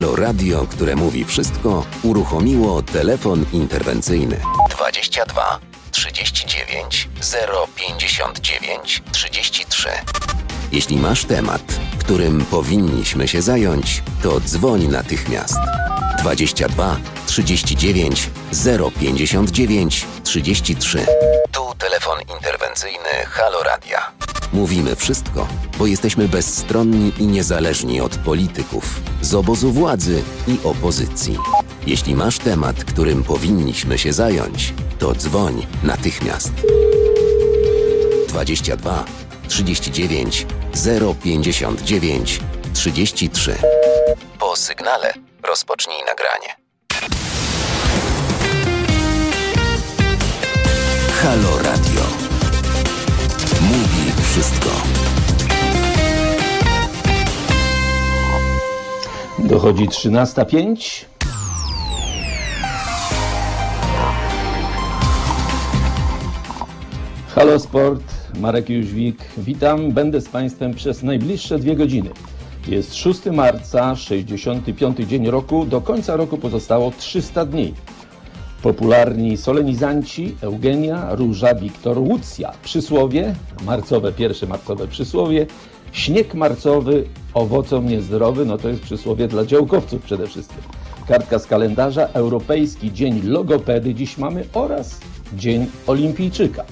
To radio, które mówi wszystko, uruchomiło telefon interwencyjny 22 39 059 33. Jeśli masz temat, którym powinniśmy się zająć, to dzwoń natychmiast. 22 39 059 33. Tu telefon interwencyjny Halo Radia. Mówimy wszystko, bo jesteśmy bezstronni i niezależni od polityków, z obozu władzy i opozycji. Jeśli masz temat, którym powinniśmy się zająć, to dzwoń natychmiast. 22 39 059 33. Po sygnale rozpocznij nagranie. Halo Radio. Mówi wszystko. Dochodzi 13:05. Halo Sport, Marek Jóźwik. Witam, będę z Państwem przez najbliższe 2 godziny. Jest 6 marca, 65. dzień roku. Do końca roku pozostało 300 dni. Popularni solenizanci Eugenia, Róża, Wiktor, Łucja. Przysłowie, pierwsze marcowe przysłowie. Śnieg marcowy, owocom niezdrowy, no to jest przysłowie dla działkowców przede wszystkim. Kartka z kalendarza, Europejski Dzień Logopedy dziś mamy oraz Dzień Olimpijczyka.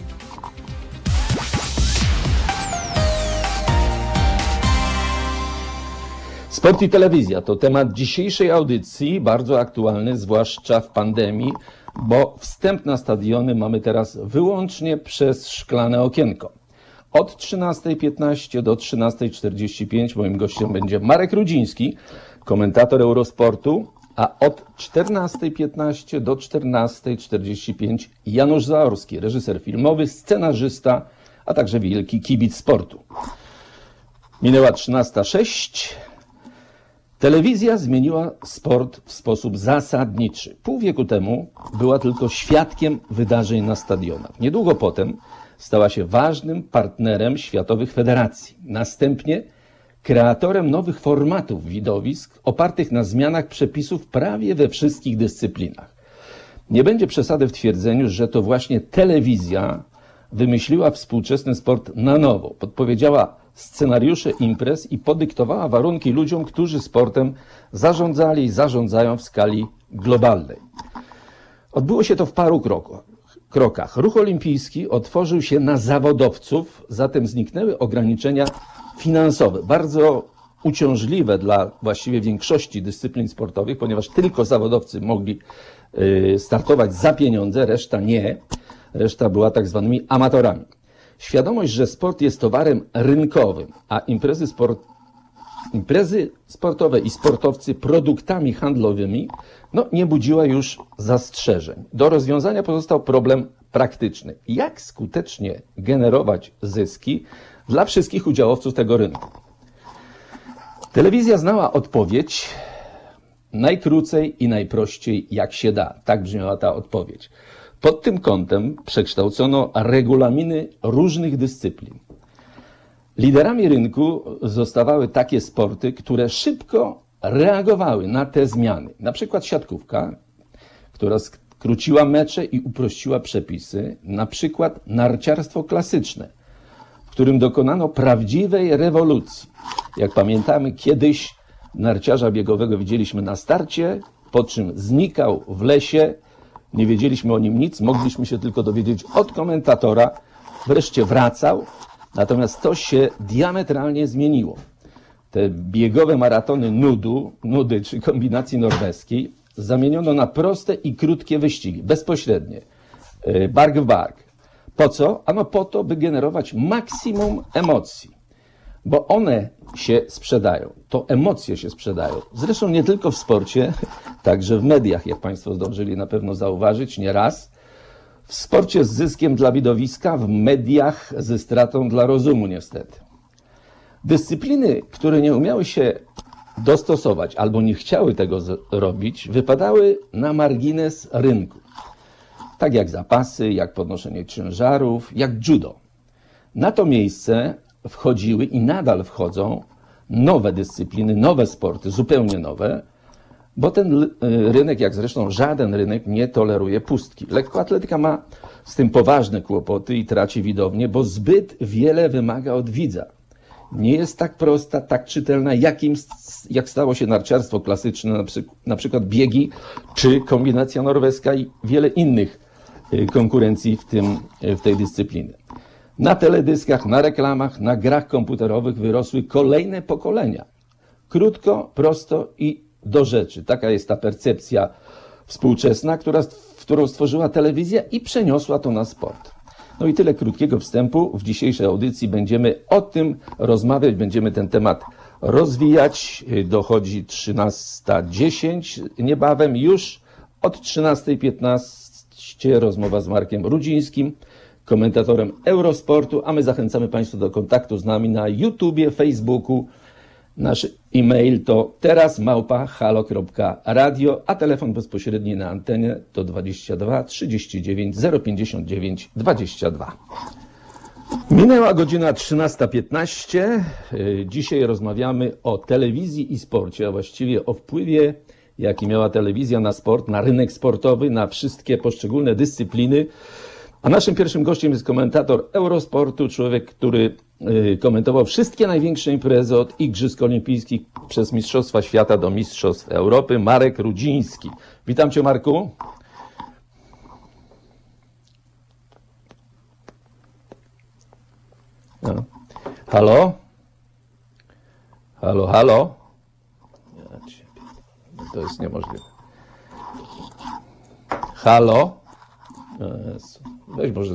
Sport i telewizja to temat dzisiejszej audycji, bardzo aktualny, zwłaszcza w pandemii, bo wstęp na stadiony mamy teraz wyłącznie przez szklane okienko. Od 13:15 do 13:45 moim gościem będzie Marek Rudziński, komentator Eurosportu, a od 14:15 do 14:45 Janusz Zaorski, reżyser filmowy, scenarzysta, a także wielki kibic sportu. Minęła 13:06. Telewizja zmieniła sport w sposób zasadniczy. Pół wieku temu była tylko świadkiem wydarzeń na stadionach. Niedługo potem stała się ważnym partnerem światowych federacji. Następnie kreatorem nowych formatów widowisk opartych na zmianach przepisów prawie we wszystkich dyscyplinach. Nie będzie przesady w twierdzeniu, że to właśnie telewizja wymyśliła współczesny sport na nowo. Podpowiedziała scenariusze imprez i podyktowała warunki ludziom, którzy sportem zarządzali i zarządzają w skali globalnej. Odbyło się to w paru krokach. Ruch olimpijski otworzył się na zawodowców, zatem zniknęły ograniczenia finansowe, bardzo uciążliwe dla właściwie większości dyscyplin sportowych, ponieważ tylko zawodowcy mogli startować za pieniądze, reszta nie. Reszta była tak zwanymi amatorami. Świadomość, że sport jest towarem rynkowym, a imprezy sportowe i sportowcy produktami handlowymi, nie budziła już zastrzeżeń. Do rozwiązania pozostał problem praktyczny. Jak skutecznie generować zyski dla wszystkich udziałowców tego rynku? Telewizja znała odpowiedź najkrócej i najprościej jak się da. Tak brzmiała ta odpowiedź. Pod tym kątem przekształcono regulaminy różnych dyscyplin. Liderami rynku zostawały takie sporty, które szybko reagowały na te zmiany. Na przykład siatkówka, która skróciła mecze i uprościła przepisy. Na przykład narciarstwo klasyczne, w którym dokonano prawdziwej rewolucji. Jak pamiętamy, kiedyś narciarza biegowego widzieliśmy na starcie, po czym znikał w lesie. Nie wiedzieliśmy o nim nic, mogliśmy się tylko dowiedzieć od komentatora. Wreszcie wracał, natomiast to się diametralnie zmieniło. Te biegowe maratony nudy czy kombinacji norweskiej zamieniono na proste i krótkie wyścigi, bezpośrednie, bark w bark. Po co? Ano po to, by generować maksimum emocji, bo one się sprzedają, to emocje się sprzedają. Zresztą nie tylko w sporcie, także w mediach, jak Państwo zdążyli na pewno zauważyć nieraz. W sporcie z zyskiem dla widowiska, w mediach ze stratą dla rozumu niestety. Dyscypliny, które nie umiały się dostosować albo nie chciały tego robić, wypadały na margines rynku. Tak jak zapasy, jak podnoszenie ciężarów, jak judo. Na to miejsce wchodziły i nadal wchodzą nowe dyscypliny, nowe sporty, zupełnie nowe, bo ten rynek, jak zresztą żaden rynek, nie toleruje pustki. Lekkoatletyka ma z tym poważne kłopoty i traci widownię, bo zbyt wiele wymaga od widza. Nie jest tak prosta, tak czytelna, jak stało się narciarstwo klasyczne, na przykład biegi, czy kombinacja norweska i wiele innych konkurencji w tej dyscyplinie. Na teledyskach, na reklamach, na grach komputerowych wyrosły kolejne pokolenia. Krótko, prosto i do rzeczy. Taka jest ta percepcja współczesna, którą stworzyła telewizja i przeniosła to na sport. No i tyle krótkiego wstępu. W dzisiejszej audycji będziemy o tym rozmawiać, będziemy ten temat rozwijać. Dochodzi 13:10 niebawem. Już od 13:15 rozmowa z Markiem Rudzińskim, komentatorem Eurosportu, a my zachęcamy Państwa do kontaktu z nami na YouTubie, Facebooku. Nasz e-mail to teraz@halo.radio, a telefon bezpośredni na antenie to 22 39 059 22. Minęła godzina 13:15. Dzisiaj rozmawiamy o telewizji i sporcie, a właściwie o wpływie, jaki miała telewizja na sport, na rynek sportowy, na wszystkie poszczególne dyscypliny. A naszym pierwszym gościem jest komentator Eurosportu, człowiek, który komentował wszystkie największe imprezy od Igrzysk Olimpijskich przez Mistrzostwa Świata do Mistrzostw Europy, Marek Rudziński. Witam Cię, Marku. No. Halo? Halo, halo? Ja ciebie. To jest niemożliwe. Halo? Jezu. Weź może.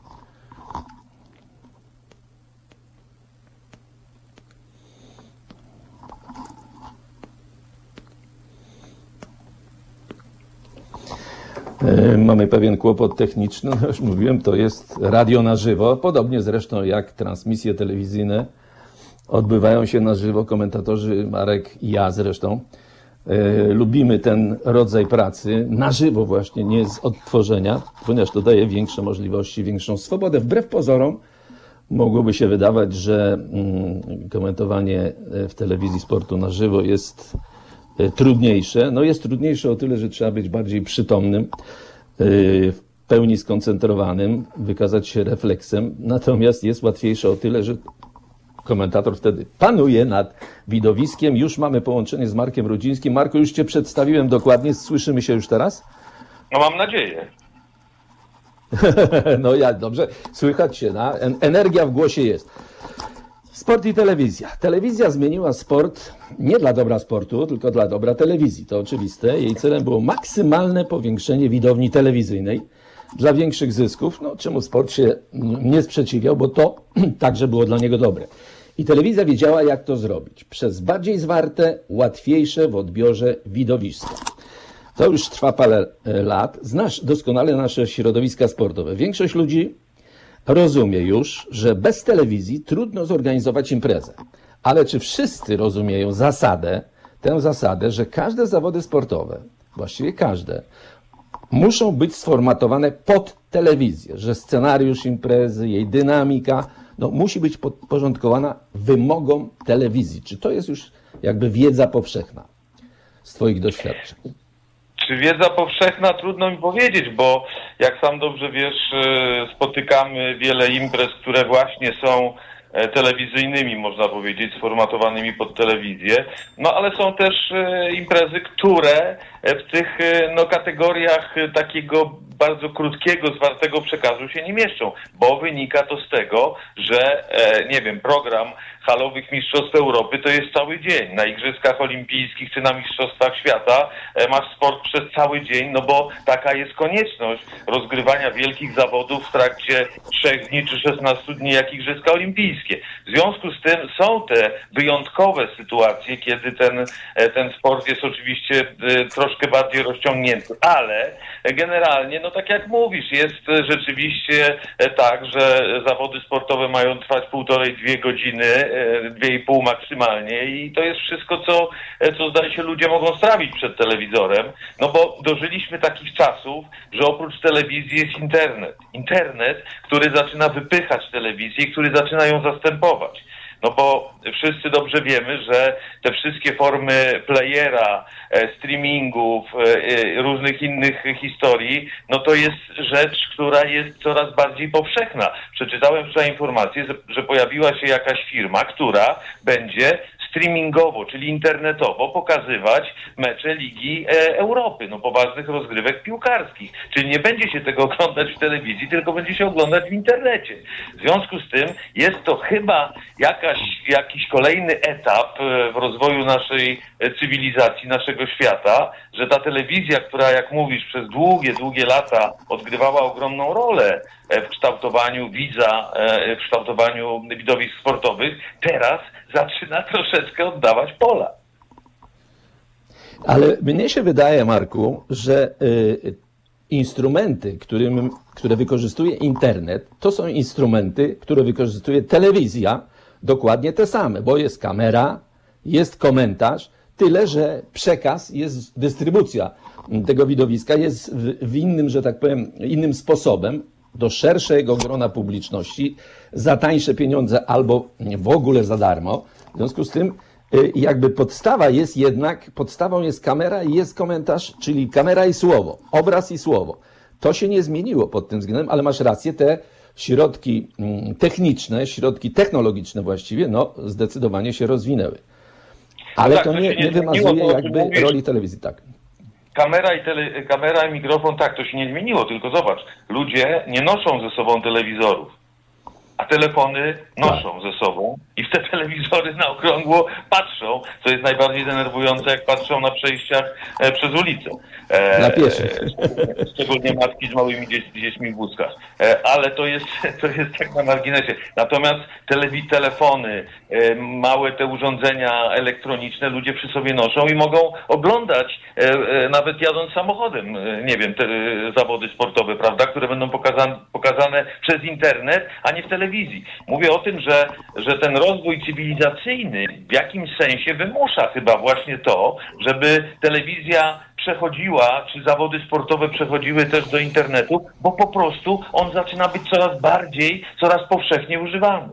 Mamy pewien kłopot techniczny, no już mówiłem, to jest radio na żywo, podobnie zresztą jak transmisje telewizyjne odbywają się na żywo, komentatorzy Marek i ja zresztą. Lubimy ten rodzaj pracy na żywo właśnie, nie z odtworzenia, ponieważ to daje większe możliwości, większą swobodę. Wbrew pozorom mogłoby się wydawać, że komentowanie w telewizji sportu na żywo jest trudniejsze. No jest trudniejsze o tyle, że trzeba być bardziej przytomnym, w pełni skoncentrowanym, wykazać się refleksem. Natomiast jest łatwiejsze o tyle, że komentator wtedy panuje nad widowiskiem. Już mamy połączenie z Markiem Rudzińskim. Marku, już Cię przedstawiłem dokładnie. Słyszymy się już teraz? No mam nadzieję. No ja, dobrze. Słychać się. Energia w głosie jest. Sport i telewizja. Telewizja zmieniła sport nie dla dobra sportu, tylko dla dobra telewizji. To oczywiste. Jej celem było maksymalne powiększenie widowni telewizyjnej dla większych zysków, no czemu sport się nie sprzeciwiał, bo to także było dla niego dobre. I telewizja wiedziała, jak to zrobić. Przez bardziej zwarte, łatwiejsze w odbiorze widowisko. To już trwa parę lat. Znasz doskonale nasze środowiska sportowe. Większość ludzi rozumie już, że bez telewizji trudno zorganizować imprezę. Ale czy wszyscy rozumieją tę zasadę, że każde zawody sportowe, właściwie każde, muszą być sformatowane pod telewizję, że scenariusz imprezy, jej dynamika, musi być podporządkowana wymogom telewizji. Czy to jest już jakby wiedza powszechna z Twoich doświadczeń? Czy wiedza powszechna? Trudno mi powiedzieć, bo jak sam dobrze wiesz, spotykamy wiele imprez, które właśnie są telewizyjnymi, można powiedzieć, sformatowanymi pod telewizję. No ale są też imprezy, które w tych kategoriach takiego bardzo krótkiego, zwartego przekazu się nie mieszczą, bo wynika to z tego, że program halowych Mistrzostw Europy to jest cały dzień. Na Igrzyskach Olimpijskich czy na Mistrzostwach Świata masz sport przez cały dzień, no bo taka jest konieczność rozgrywania wielkich zawodów w trakcie 3 dni czy 16 dni jak Igrzyska Olimpijskie. W związku z tym są te wyjątkowe sytuacje, kiedy ten sport jest oczywiście troszkę bardziej rozciągnięty, ale generalnie, no tak jak mówisz, jest rzeczywiście tak, że zawody sportowe mają trwać 1,5–2 godziny, 2,5 maksymalnie i to jest wszystko, co zdaje się ludzie mogą strawić przed telewizorem, no bo dożyliśmy takich czasów, że oprócz telewizji jest internet. Internet, który zaczyna wypychać telewizję i który zaczyna ją zastępować. No bo wszyscy dobrze wiemy, że te wszystkie formy playera, streamingów, różnych innych historii, no to jest rzecz, która jest coraz bardziej powszechna. Przeczytałem wczoraj informację, że pojawiła się jakaś firma, która będzie streamingowo, czyli internetowo pokazywać mecze Ligi Europy, no poważnych rozgrywek piłkarskich. Czyli nie będzie się tego oglądać w telewizji, tylko będzie się oglądać w internecie. W związku z tym jest to chyba jakiś kolejny etap w rozwoju naszej cywilizacji, naszego świata, że ta telewizja, która, jak mówisz, przez długie lata odgrywała ogromną rolę w kształtowaniu widza, w kształtowaniu widowisk sportowych, teraz zaczyna troszeczkę oddawać pola. Ale mnie się wydaje, Marku, że instrumenty, które wykorzystuje internet, to są instrumenty, które wykorzystuje telewizja, dokładnie te same, bo jest kamera, jest komentarz, tyle, że przekaz, jest dystrybucja tego widowiska jest w innym, że tak powiem, innym sposobem, do szerszego grona publiczności, za tańsze pieniądze albo w ogóle za darmo. W związku z tym jakby podstawą jest kamera i jest komentarz, czyli kamera i słowo, obraz i słowo. To się nie zmieniło pod tym względem, ale masz rację, te środki techniczne, środki technologiczne właściwie, no zdecydowanie się rozwinęły. Ale tak, to nie wymazuje jakby roli telewizji, tak. Kamera i mikrofon, tak, to się nie zmieniło, tylko zobacz, ludzie nie noszą ze sobą telewizorów, a telefony noszą ze sobą i w te telewizory na okrągło patrzą, co jest najbardziej denerwujące, jak patrzą na przejściach przez ulicę. Dla pieszych. Szczególnie matki z małymi dziećmi w wózkach. Ale to jest tak na marginesie. Natomiast telefony, małe te urządzenia elektroniczne ludzie przy sobie noszą i mogą oglądać, nawet jadąc samochodem, nie wiem, te zawody sportowe, prawda, które będą pokazane przez internet, a nie w telewizji. Mówię o tym, że ten rozwój cywilizacyjny w jakimś sensie wymusza chyba właśnie to, żeby telewizja przechodziła, czy zawody sportowe przechodziły też do internetu, bo po prostu on zaczyna być coraz powszechniej używany.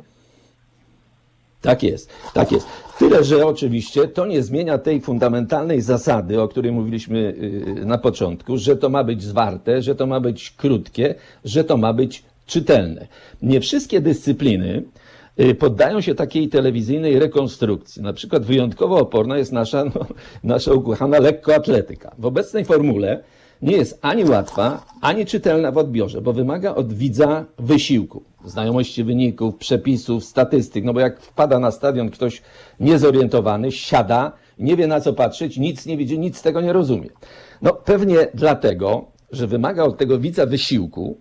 Tak jest, tak jest. Tyle, że oczywiście to nie zmienia tej fundamentalnej zasady, o której mówiliśmy na początku, że to ma być zwarte, że to ma być krótkie, że to ma być czytelne. Nie wszystkie dyscypliny poddają się takiej telewizyjnej rekonstrukcji. Na przykład wyjątkowo oporna jest nasza ukochana lekkoatletyka. W obecnej formule nie jest ani łatwa, ani czytelna w odbiorze, bo wymaga od widza wysiłku, znajomości wyników, przepisów, statystyk, no bo jak wpada na stadion ktoś niezorientowany, siada, nie wie na co patrzeć, nic nie widzi, nic z tego nie rozumie. No pewnie dlatego, że wymaga od tego widza wysiłku,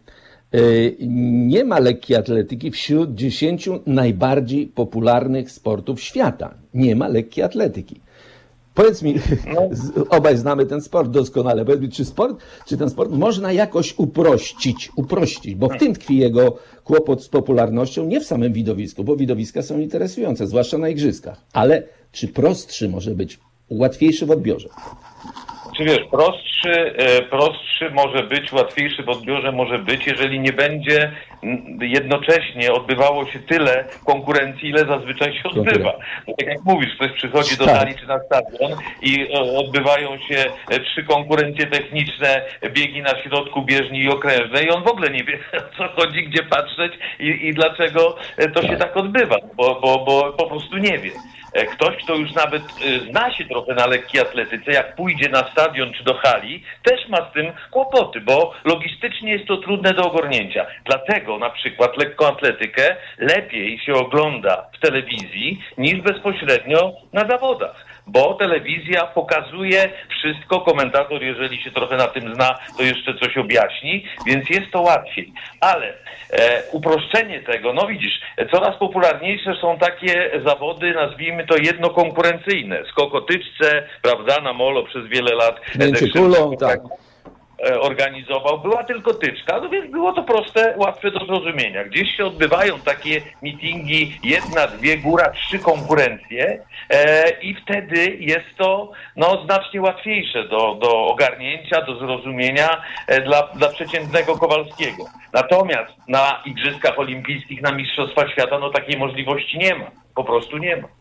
nie ma lekkiej atletyki wśród 10 najbardziej popularnych sportów świata. Nie ma lekkiej atletyki. Powiedz mi, obaj znamy ten sport doskonale, powiedz mi, czy ten sport można jakoś uprościć, bo w tym tkwi jego kłopot z popularnością, nie w samym widowisku, bo widowiska są interesujące, zwłaszcza na igrzyskach, ale czy prostszy może być, łatwiejszy w odbiorze? Czy wiesz, prostszy może być, łatwiejszy w odbiorze może być, jeżeli nie będzie jednocześnie odbywało się tyle konkurencji, ile zazwyczaj się odbywa. No, tak jak mówisz, ktoś przychodzi do hali czy na stadion i odbywają się 3 konkurencje techniczne, biegi na środku, bieżni i okrężne i on w ogóle nie wie, o co chodzi, gdzie patrzeć i dlaczego to się tak odbywa, bo po prostu nie wie. Ktoś, kto już nawet zna się trochę na lekkiej atletyce, jak pójdzie na stadion czy do hali, też ma z tym kłopoty, bo logistycznie jest to trudne do ogarnięcia. Dlatego na przykład lekkoatletykę lepiej się ogląda w telewizji niż bezpośrednio na zawodach. Bo telewizja pokazuje wszystko, komentator, jeżeli się trochę na tym zna, to jeszcze coś objaśni, więc jest to łatwiej. Ale uproszczenie tego, no widzisz, coraz popularniejsze są takie zawody, nazwijmy to jednokonkurencyjne. Skok o tyczce, prawda, na molo przez wiele lat. Kulą, tak. Organizował, była tylko tyczka, no więc było to proste, łatwe do zrozumienia. Gdzieś się odbywają takie meetingi, 1, 2, góra 3 konkurencje i wtedy jest to znacznie łatwiejsze do ogarnięcia, do zrozumienia dla przeciętnego Kowalskiego. Natomiast na Igrzyskach Olimpijskich, na Mistrzostwach Świata, takiej możliwości nie ma. po prostu nie ma.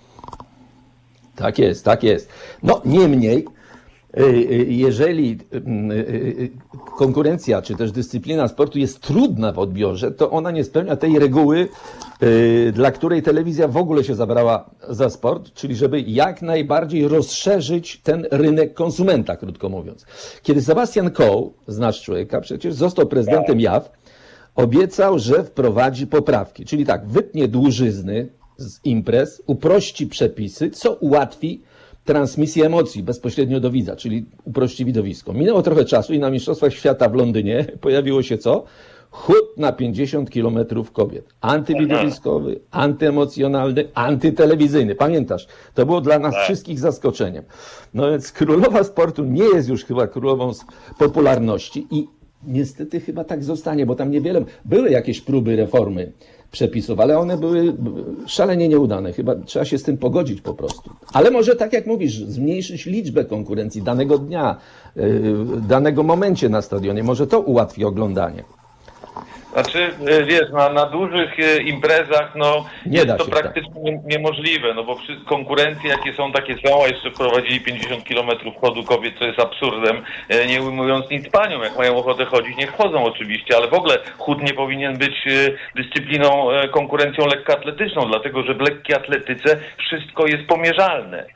Tak jest, tak jest. No niemniej, jeżeli konkurencja czy też dyscyplina sportu jest trudna w odbiorze, to ona nie spełnia tej reguły, dla której telewizja w ogóle się zabrała za sport, czyli żeby jak najbardziej rozszerzyć ten rynek konsumenta, krótko mówiąc. Kiedy Sebastian Coe, znasz człowieka, przecież został prezydentem JAW, obiecał, że wprowadzi poprawki, czyli tak, wytnie dłużyzny z imprez, uprości przepisy, co ułatwi transmisję emocji bezpośrednio do widza, czyli uprości widowisko. Minęło trochę czasu i na Mistrzostwach Świata w Londynie pojawiło się co? Chód na 50 kilometrów kobiet. Antywidowiskowy, antyemocjonalny, antytelewizyjny. Pamiętasz? To było dla nas wszystkich zaskoczeniem. No więc królowa sportu nie jest już chyba królową popularności i niestety chyba tak zostanie, bo tam niewiele... Były jakieś próby reformy przepisów, ale one były szalenie nieudane. Chyba trzeba się z tym pogodzić po prostu. Ale może tak jak mówisz, zmniejszyć liczbę konkurencji danego dnia, danego momencie na stadionie. Może to ułatwi oglądanie. Znaczy, wiesz, na dużych imprezach, no, jest to praktycznie niemożliwe, no bo konkurencje jakie są, takie są, a jeszcze wprowadzili 50 km chodu kobiet, co jest absurdem, nie ujmując nic paniom, jak mają ochotę chodzić, niech chodzą oczywiście, ale w ogóle chód nie powinien być dyscypliną, konkurencją lekkoatletyczną, dlatego że w lekkiej atletyce wszystko jest pomierzalne.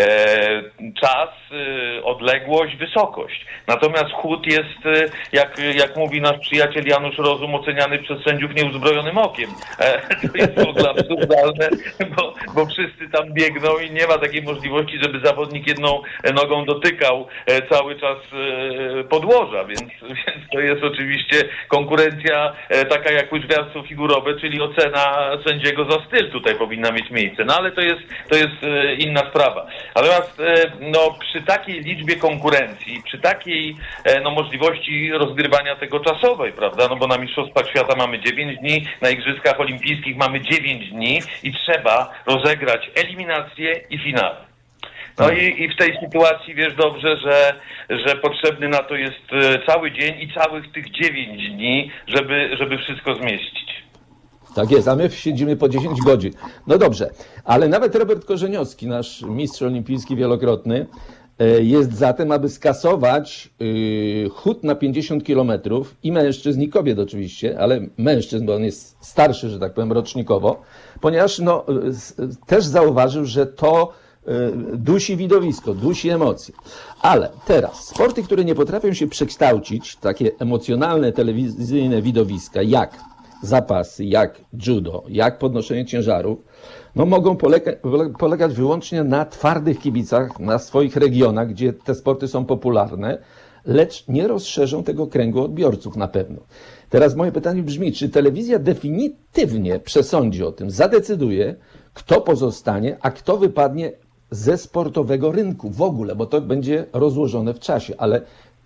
Czas, odległość, wysokość. Natomiast chód jest, jak mówi nasz przyjaciel Janusz Rozum, oceniany przez sędziów nieuzbrojonym okiem. To jest w ogóle absurdalne, bo wszyscy tam biegną i nie ma takiej możliwości, żeby zawodnik jedną nogą dotykał cały czas podłoża, więc to jest oczywiście konkurencja taka jak łyżwiarstwo figurowe, czyli ocena sędziego za styl tutaj powinna mieć miejsce. No ale to jest inna sprawa. Natomiast no, przy takiej liczbie konkurencji, przy takiej możliwości rozgrywania tego czasowej, prawda, no bo na Mistrzostwach Świata mamy 9 dni, na Igrzyskach Olimpijskich mamy 9 dni i trzeba rozegrać eliminację i finały. No i w tej sytuacji wiesz dobrze, że potrzebny na to jest cały dzień i całych tych 9 dni, żeby wszystko zmieścić. Tak jest, a my siedzimy po 10 godzin. No dobrze, ale nawet Robert Korzeniowski, nasz mistrz olimpijski wielokrotny, jest za tym, aby skasować chód na 50 kilometrów i mężczyzn, i kobiet oczywiście, ale mężczyzn, bo on jest starszy, że tak powiem, rocznikowo, ponieważ no, też zauważył, że to dusi widowisko, dusi emocje. Ale teraz sporty, które nie potrafią się przekształcić, takie emocjonalne, telewizyjne widowiska, jak zapasy, jak judo, jak podnoszenie ciężarów, no mogą polegać wyłącznie na twardych kibicach, na swoich regionach, gdzie te sporty są popularne, lecz nie rozszerzą tego kręgu odbiorców na pewno. Teraz moje pytanie brzmi, czy telewizja definitywnie przesądzi o tym, zadecyduje, kto pozostanie, a kto wypadnie ze sportowego rynku w ogóle, bo to będzie rozłożone w czasie, ale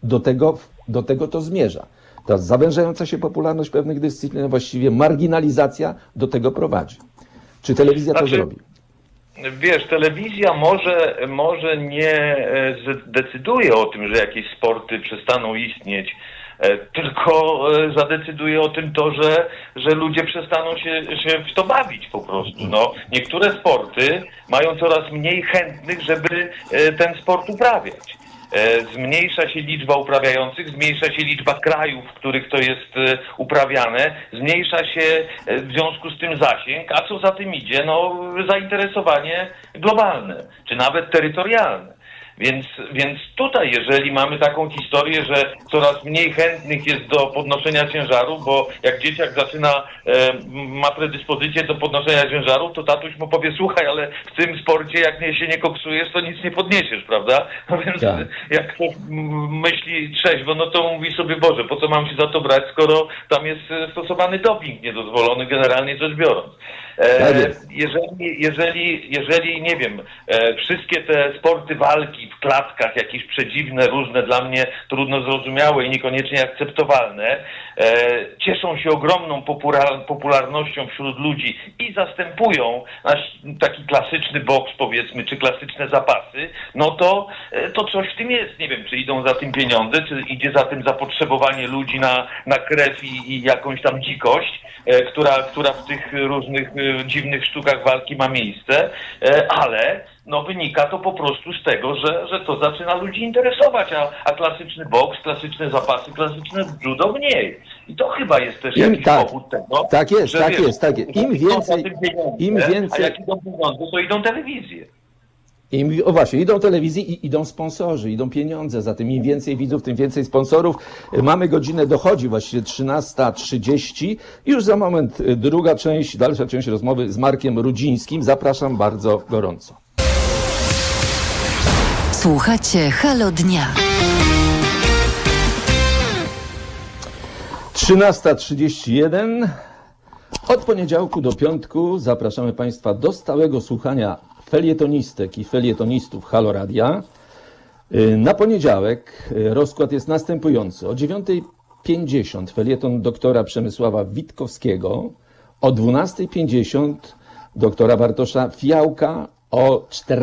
do tego to zmierza. Ta zawężająca się popularność pewnych dyscyplin, właściwie marginalizacja do tego prowadzi. Czy telewizja to zrobi? Wiesz, telewizja może nie zdecyduje o tym, że jakieś sporty przestaną istnieć, tylko zadecyduje o tym to, że ludzie przestaną się w to bawić po prostu. No, niektóre sporty mają coraz mniej chętnych, żeby ten sport uprawiać. Zmniejsza się liczba uprawiających, zmniejsza się liczba krajów, w których to jest uprawiane, zmniejsza się w związku z tym zasięg, a co za tym idzie, no zainteresowanie globalne, czy nawet terytorialne. Więc tutaj, jeżeli mamy taką historię, że coraz mniej chętnych jest do podnoszenia ciężarów, bo jak dzieciak ma predyspozycję do podnoszenia ciężarów, to tatuś mu powie, słuchaj, ale w tym sporcie jak się nie koksujesz, to nic nie podniesiesz, prawda? No więc jak ktoś myśli trzeźwo, no to mówi sobie, Boże, po co mam się za to brać, skoro tam jest stosowany doping niedozwolony, generalnie rzecz biorąc. Jeżeli nie wiem, wszystkie te sporty walki w klatkach, jakieś przedziwne, różne, dla mnie trudno zrozumiałe i niekoniecznie akceptowalne, cieszą się ogromną popularnością wśród ludzi i zastępują taki klasyczny boks, powiedzmy, czy klasyczne zapasy, no to coś w tym jest. Nie wiem, czy idą za tym pieniądze, czy idzie za tym zapotrzebowanie ludzi na krew i jakąś tam dzikość, która w tych różnych dziwnych sztukach walki ma miejsce, ale no wynika to po prostu z tego, że to zaczyna ludzi interesować, a klasyczny boks, klasyczne zapasy, klasyczne judo mniej. I to chyba jest też jakiś powód tego. Tak jest, że, tak wiesz, jest, tak jest. Im więcej, a jak idą pieniądze, to idą telewizje. O właśnie, idą telewizje i idą sponsorzy, idą pieniądze za tym. Im więcej widzów, tym więcej sponsorów. Mamy godzinę, dochodzi właściwie 13:30. Już za moment druga część, dalsza część rozmowy z Markiem Rudzińskim. Zapraszam bardzo gorąco. Słuchacie Halo Dnia. 13:31. Od poniedziałku do piątku zapraszamy Państwa do stałego słuchania felietonistek i felietonistów Halo Radia. Na poniedziałek rozkład jest następujący. O 9:50 felieton doktora Przemysława Witkowskiego, o 12:50 doktora Bartosza Fiałka, o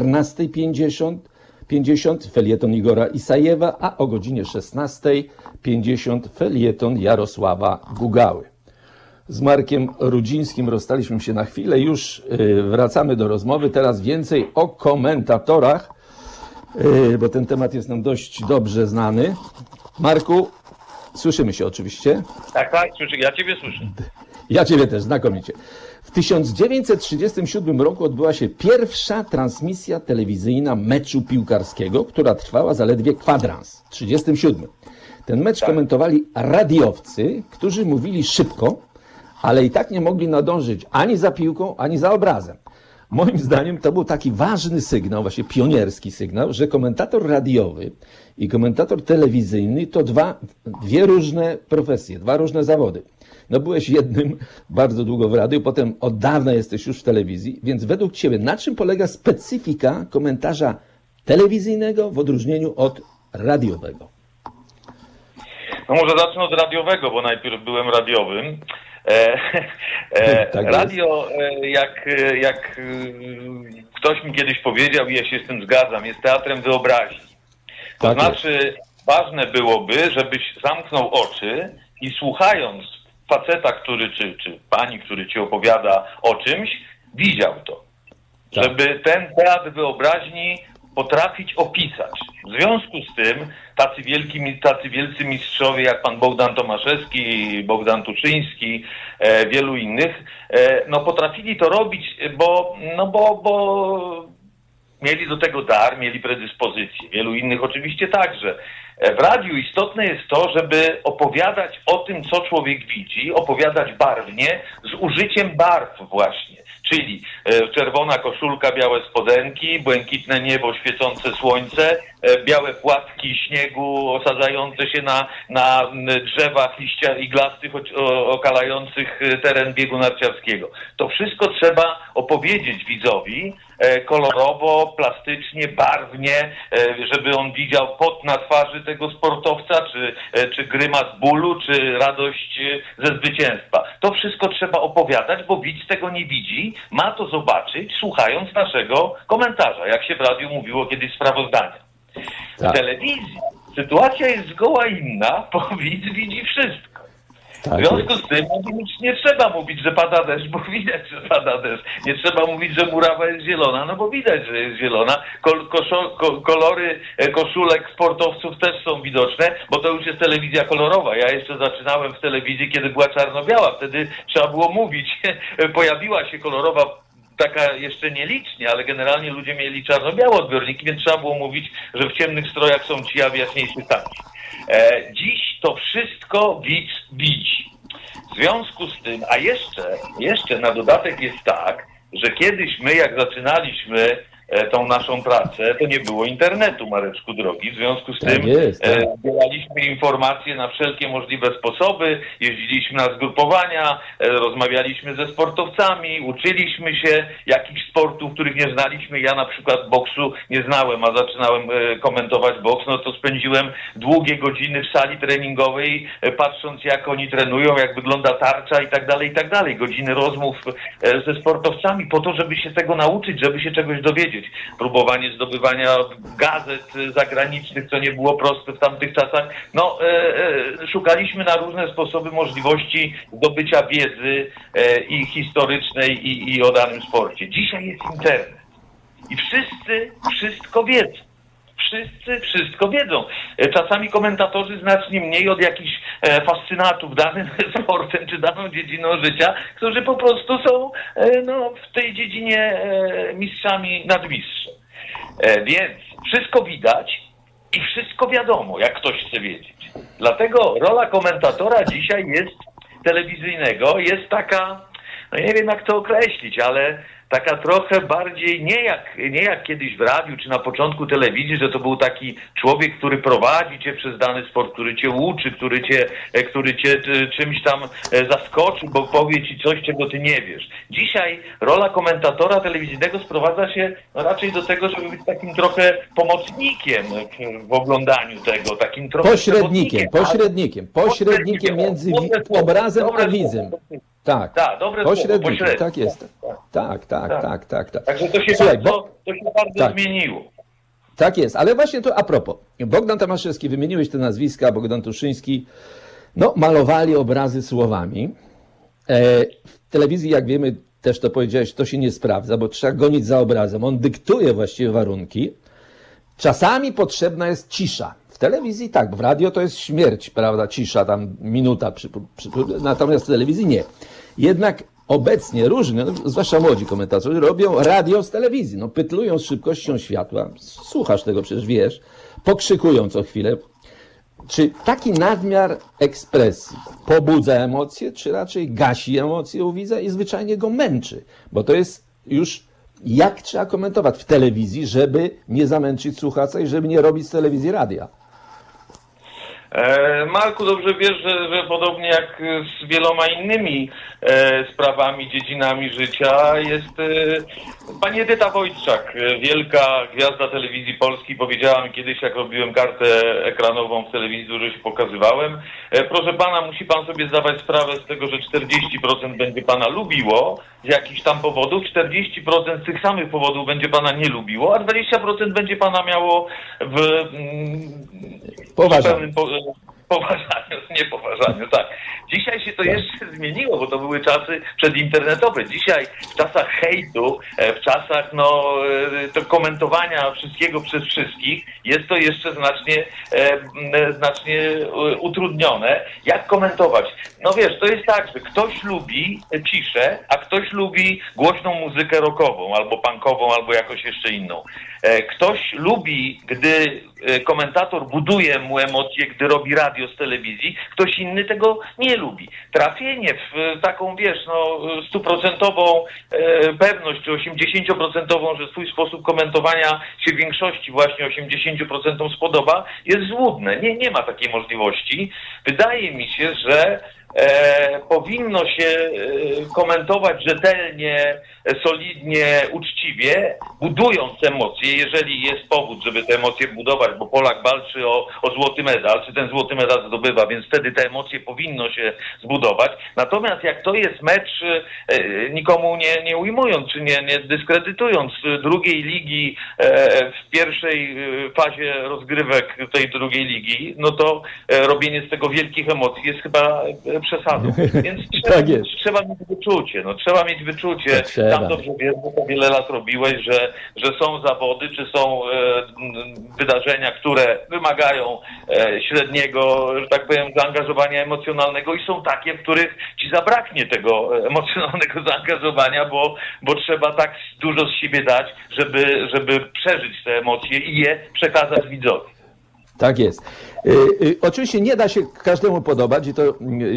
14:50 felieton Igora Isajewa, a o godzinie 16:50 felieton Jarosława Gugały. Z Markiem Rudzińskim rozstaliśmy się na chwilę, już wracamy do rozmowy. Teraz więcej o komentatorach, bo ten temat jest nam dość dobrze znany. Marku, słyszymy się oczywiście? Tak, słyszę, ja Ciebie słyszę. Ja Ciebie też, znakomicie. W 1937 roku odbyła się pierwsza transmisja telewizyjna meczu piłkarskiego, która trwała zaledwie kwadrans. 37. Ten mecz komentowali radiowcy, którzy mówili szybko, ale i tak nie mogli nadążyć ani za piłką, ani za obrazem. Moim zdaniem to był taki ważny sygnał, właśnie pionierski sygnał, że komentator radiowy i komentator telewizyjny to dwie różne profesje, dwa różne zawody. No byłeś jednym bardzo długo w radiu, potem od dawna jesteś już w telewizji, więc według Ciebie na czym polega specyfika komentarza telewizyjnego w odróżnieniu od radiowego? No może zacznę od radiowego, bo najpierw byłem radiowym. Tak radio, jak ktoś mi kiedyś powiedział, i ja się z tym zgadzam, jest teatrem wyobraźni. To Tak znaczy, ważne byłoby, żebyś zamknął oczy i słuchając faceta, czy pani, który ci opowiada o czymś, widział to. Tak. Żeby ten teatr wyobraźni potrafić opisać. W związku z tym tacy wielcy mistrzowie jak pan Bogdan Tomaszewski, Bogdan Tuczyński, wielu innych, no potrafili to robić, bo mieli do tego dar, mieli predyspozycję. Wielu innych oczywiście także. W radiu istotne jest to, żeby opowiadać o tym, co człowiek widzi, opowiadać barwnie, z użyciem barw właśnie. Czyli czerwona koszulka, białe spodenki, błękitne niebo, świecące słońce, białe płatki śniegu osadzające się na drzewach iglastych okalających teren biegu narciarskiego. To wszystko trzeba opowiedzieć widzowi kolorowo, plastycznie, barwnie, żeby on widział pot na twarzy tego sportowca, czy grymas bólu, czy radość ze zwycięstwa. To wszystko trzeba opowiadać, bo widz tego nie widzi, ma to zobaczyć, słuchając naszego komentarza, jak się w radiu mówiło kiedyś sprawozdania. W telewizji sytuacja jest zgoła inna, bo widz widzi wszystko. W związku z tym nie trzeba mówić, że pada deszcz, bo widać, że pada deszcz. Nie trzeba mówić, że murawa jest zielona, no bo widać, że jest zielona. Kolory koszulek sportowców też są widoczne, bo to już jest telewizja kolorowa. Ja jeszcze zaczynałem w telewizji, kiedy była czarno-biała. Wtedy trzeba było mówić. Pojawiła się kolorowa, taka jeszcze nielicznie, ale generalnie ludzie mieli czarno-białe odbiorniki, więc trzeba było mówić, że w ciemnych strojach są ci, a w jaśniejszych tamci. Dziś to wszystko widz widzi. W związku z tym, a jeszcze na dodatek jest tak, że kiedyś my, jak zaczynaliśmy tą naszą pracę, to nie było internetu, Mareczku drogi. W związku z tym zbieraliśmy informacje na wszelkie możliwe sposoby, jeździliśmy na zgrupowania, rozmawialiśmy ze sportowcami, uczyliśmy się jakichś sportów, których nie znaliśmy. Ja na przykład boksu nie znałem, a zaczynałem komentować boks, no to spędziłem długie godziny w sali treningowej, patrząc jak oni trenują, jak wygląda tarcza i tak dalej, i tak dalej. Godziny rozmów ze sportowcami po to, żeby się tego nauczyć, żeby się czegoś dowiedzieć. powiedzieć, próbowanie zdobywania gazet zagranicznych, co nie było proste w tamtych czasach. No, szukaliśmy na różne sposoby możliwości zdobycia wiedzy i historycznej i o danym sporcie. Dzisiaj jest internet i wszyscy wszystko wiedzą. Wszyscy wszystko wiedzą. Czasami komentatorzy znacznie mniej od jakichś fascynatów danym sportem czy daną dziedziną życia, którzy po prostu są w tej dziedzinie mistrzami nadmistrzem. Więc wszystko widać i wszystko wiadomo, jak ktoś chce wiedzieć. Dlatego rola komentatora dzisiaj telewizyjnego jest taka, no nie wiem jak to określić, ale taka trochę bardziej nie jak kiedyś w radiu czy na początku telewizji, że to był taki człowiek, który prowadzi cię przez dany sport, który cię uczy, który cię czymś tam zaskoczy, bo powie ci coś, czego ty nie wiesz. Dzisiaj rola komentatora telewizyjnego sprowadza się raczej do tego, żeby być takim trochę pomocnikiem w oglądaniu tego, takim trochę pośrednikiem między obrazem a widzem. Tak, pośrednikiem, tak jest. Tak. Także to się bardzo zmieniło. Tak jest, ale właśnie to a propos. Bogdan Tomaszewski, wymieniłeś te nazwiska, Bogdan Tuszyński, malowali obrazy słowami. W telewizji, jak wiemy, też to powiedziałeś, to się nie sprawdza, bo trzeba gonić za obrazem. On dyktuje właściwie warunki. Czasami potrzebna jest cisza. W telewizji tak, bo w radio to jest śmierć, prawda, cisza, tam minuta, natomiast w telewizji nie. Jednak obecnie różni, zwłaszcza młodzi komentatorzy, robią radio z telewizji, pytlują z szybkością światła, słuchasz tego, przecież wiesz, pokrzykują co chwilę. Czy taki nadmiar ekspresji pobudza emocje, czy raczej gasi emocje u widza i zwyczajnie go męczy? Bo to jest już jak trzeba komentować w telewizji, żeby nie zamęczyć słuchacza i żeby nie robić z telewizji radia. Marku, dobrze wiesz, że podobnie jak z wieloma innymi sprawami, dziedzinami życia jest pani Edyta Wojtczak, wielka gwiazda telewizji polskiej, powiedziała mi kiedyś, jak robiłem kartę ekranową w telewizji, dużo się pokazywałem. Proszę pana, musi pan sobie zdawać sprawę z tego, że 40% będzie pana lubiło z jakichś tam powodów, 40% z tych samych powodów będzie pana nie lubiło, a 20% będzie pana miało w poważaniu, niepoważaniu, tak. Dzisiaj się to jeszcze zmieniło, bo to były czasy przedinternetowe. Dzisiaj w czasach hejtu, w czasach to komentowania wszystkiego przez wszystkich jest to jeszcze znacznie utrudnione. Jak komentować? No wiesz, to jest tak, że ktoś lubi ciszę, a ktoś lubi głośną muzykę rockową, albo punkową, albo jakoś jeszcze inną. Ktoś lubi, gdy komentator buduje mu emocje, gdy robi radio z telewizji, ktoś inny tego nie lubi. Trafienie w taką, wiesz, 100% pewność, czy 80% że swój sposób komentowania się większości właśnie 80% spodoba, jest złudne. Nie ma takiej możliwości. Wydaje mi się, że powinno się komentować rzetelnie, solidnie, uczciwie, budując emocje, jeżeli jest powód, żeby te emocje budować, bo Polak walczy o złoty medal, czy ten złoty medal zdobywa, więc wtedy te emocje powinno się zbudować. Natomiast jak to jest mecz, nikomu nie ujmując, czy nie dyskredytując drugiej ligi w pierwszej fazie rozgrywek tej drugiej ligi, no to robienie z tego wielkich emocji jest chyba przesadą. Więc trzeba mieć wyczucie. Trzeba mieć wyczucie. Tam dobrze wiesz, bo to wiele lat robiłeś, że są zawody, czy są wydarzenia, które wymagają średniego, że tak powiem, zaangażowania emocjonalnego i są takie, w których ci zabraknie tego emocjonalnego zaangażowania, bo trzeba tak dużo z siebie dać, żeby przeżyć te emocje i je przekazać widzowi. Tak jest. Oczywiście nie da się każdemu podobać i to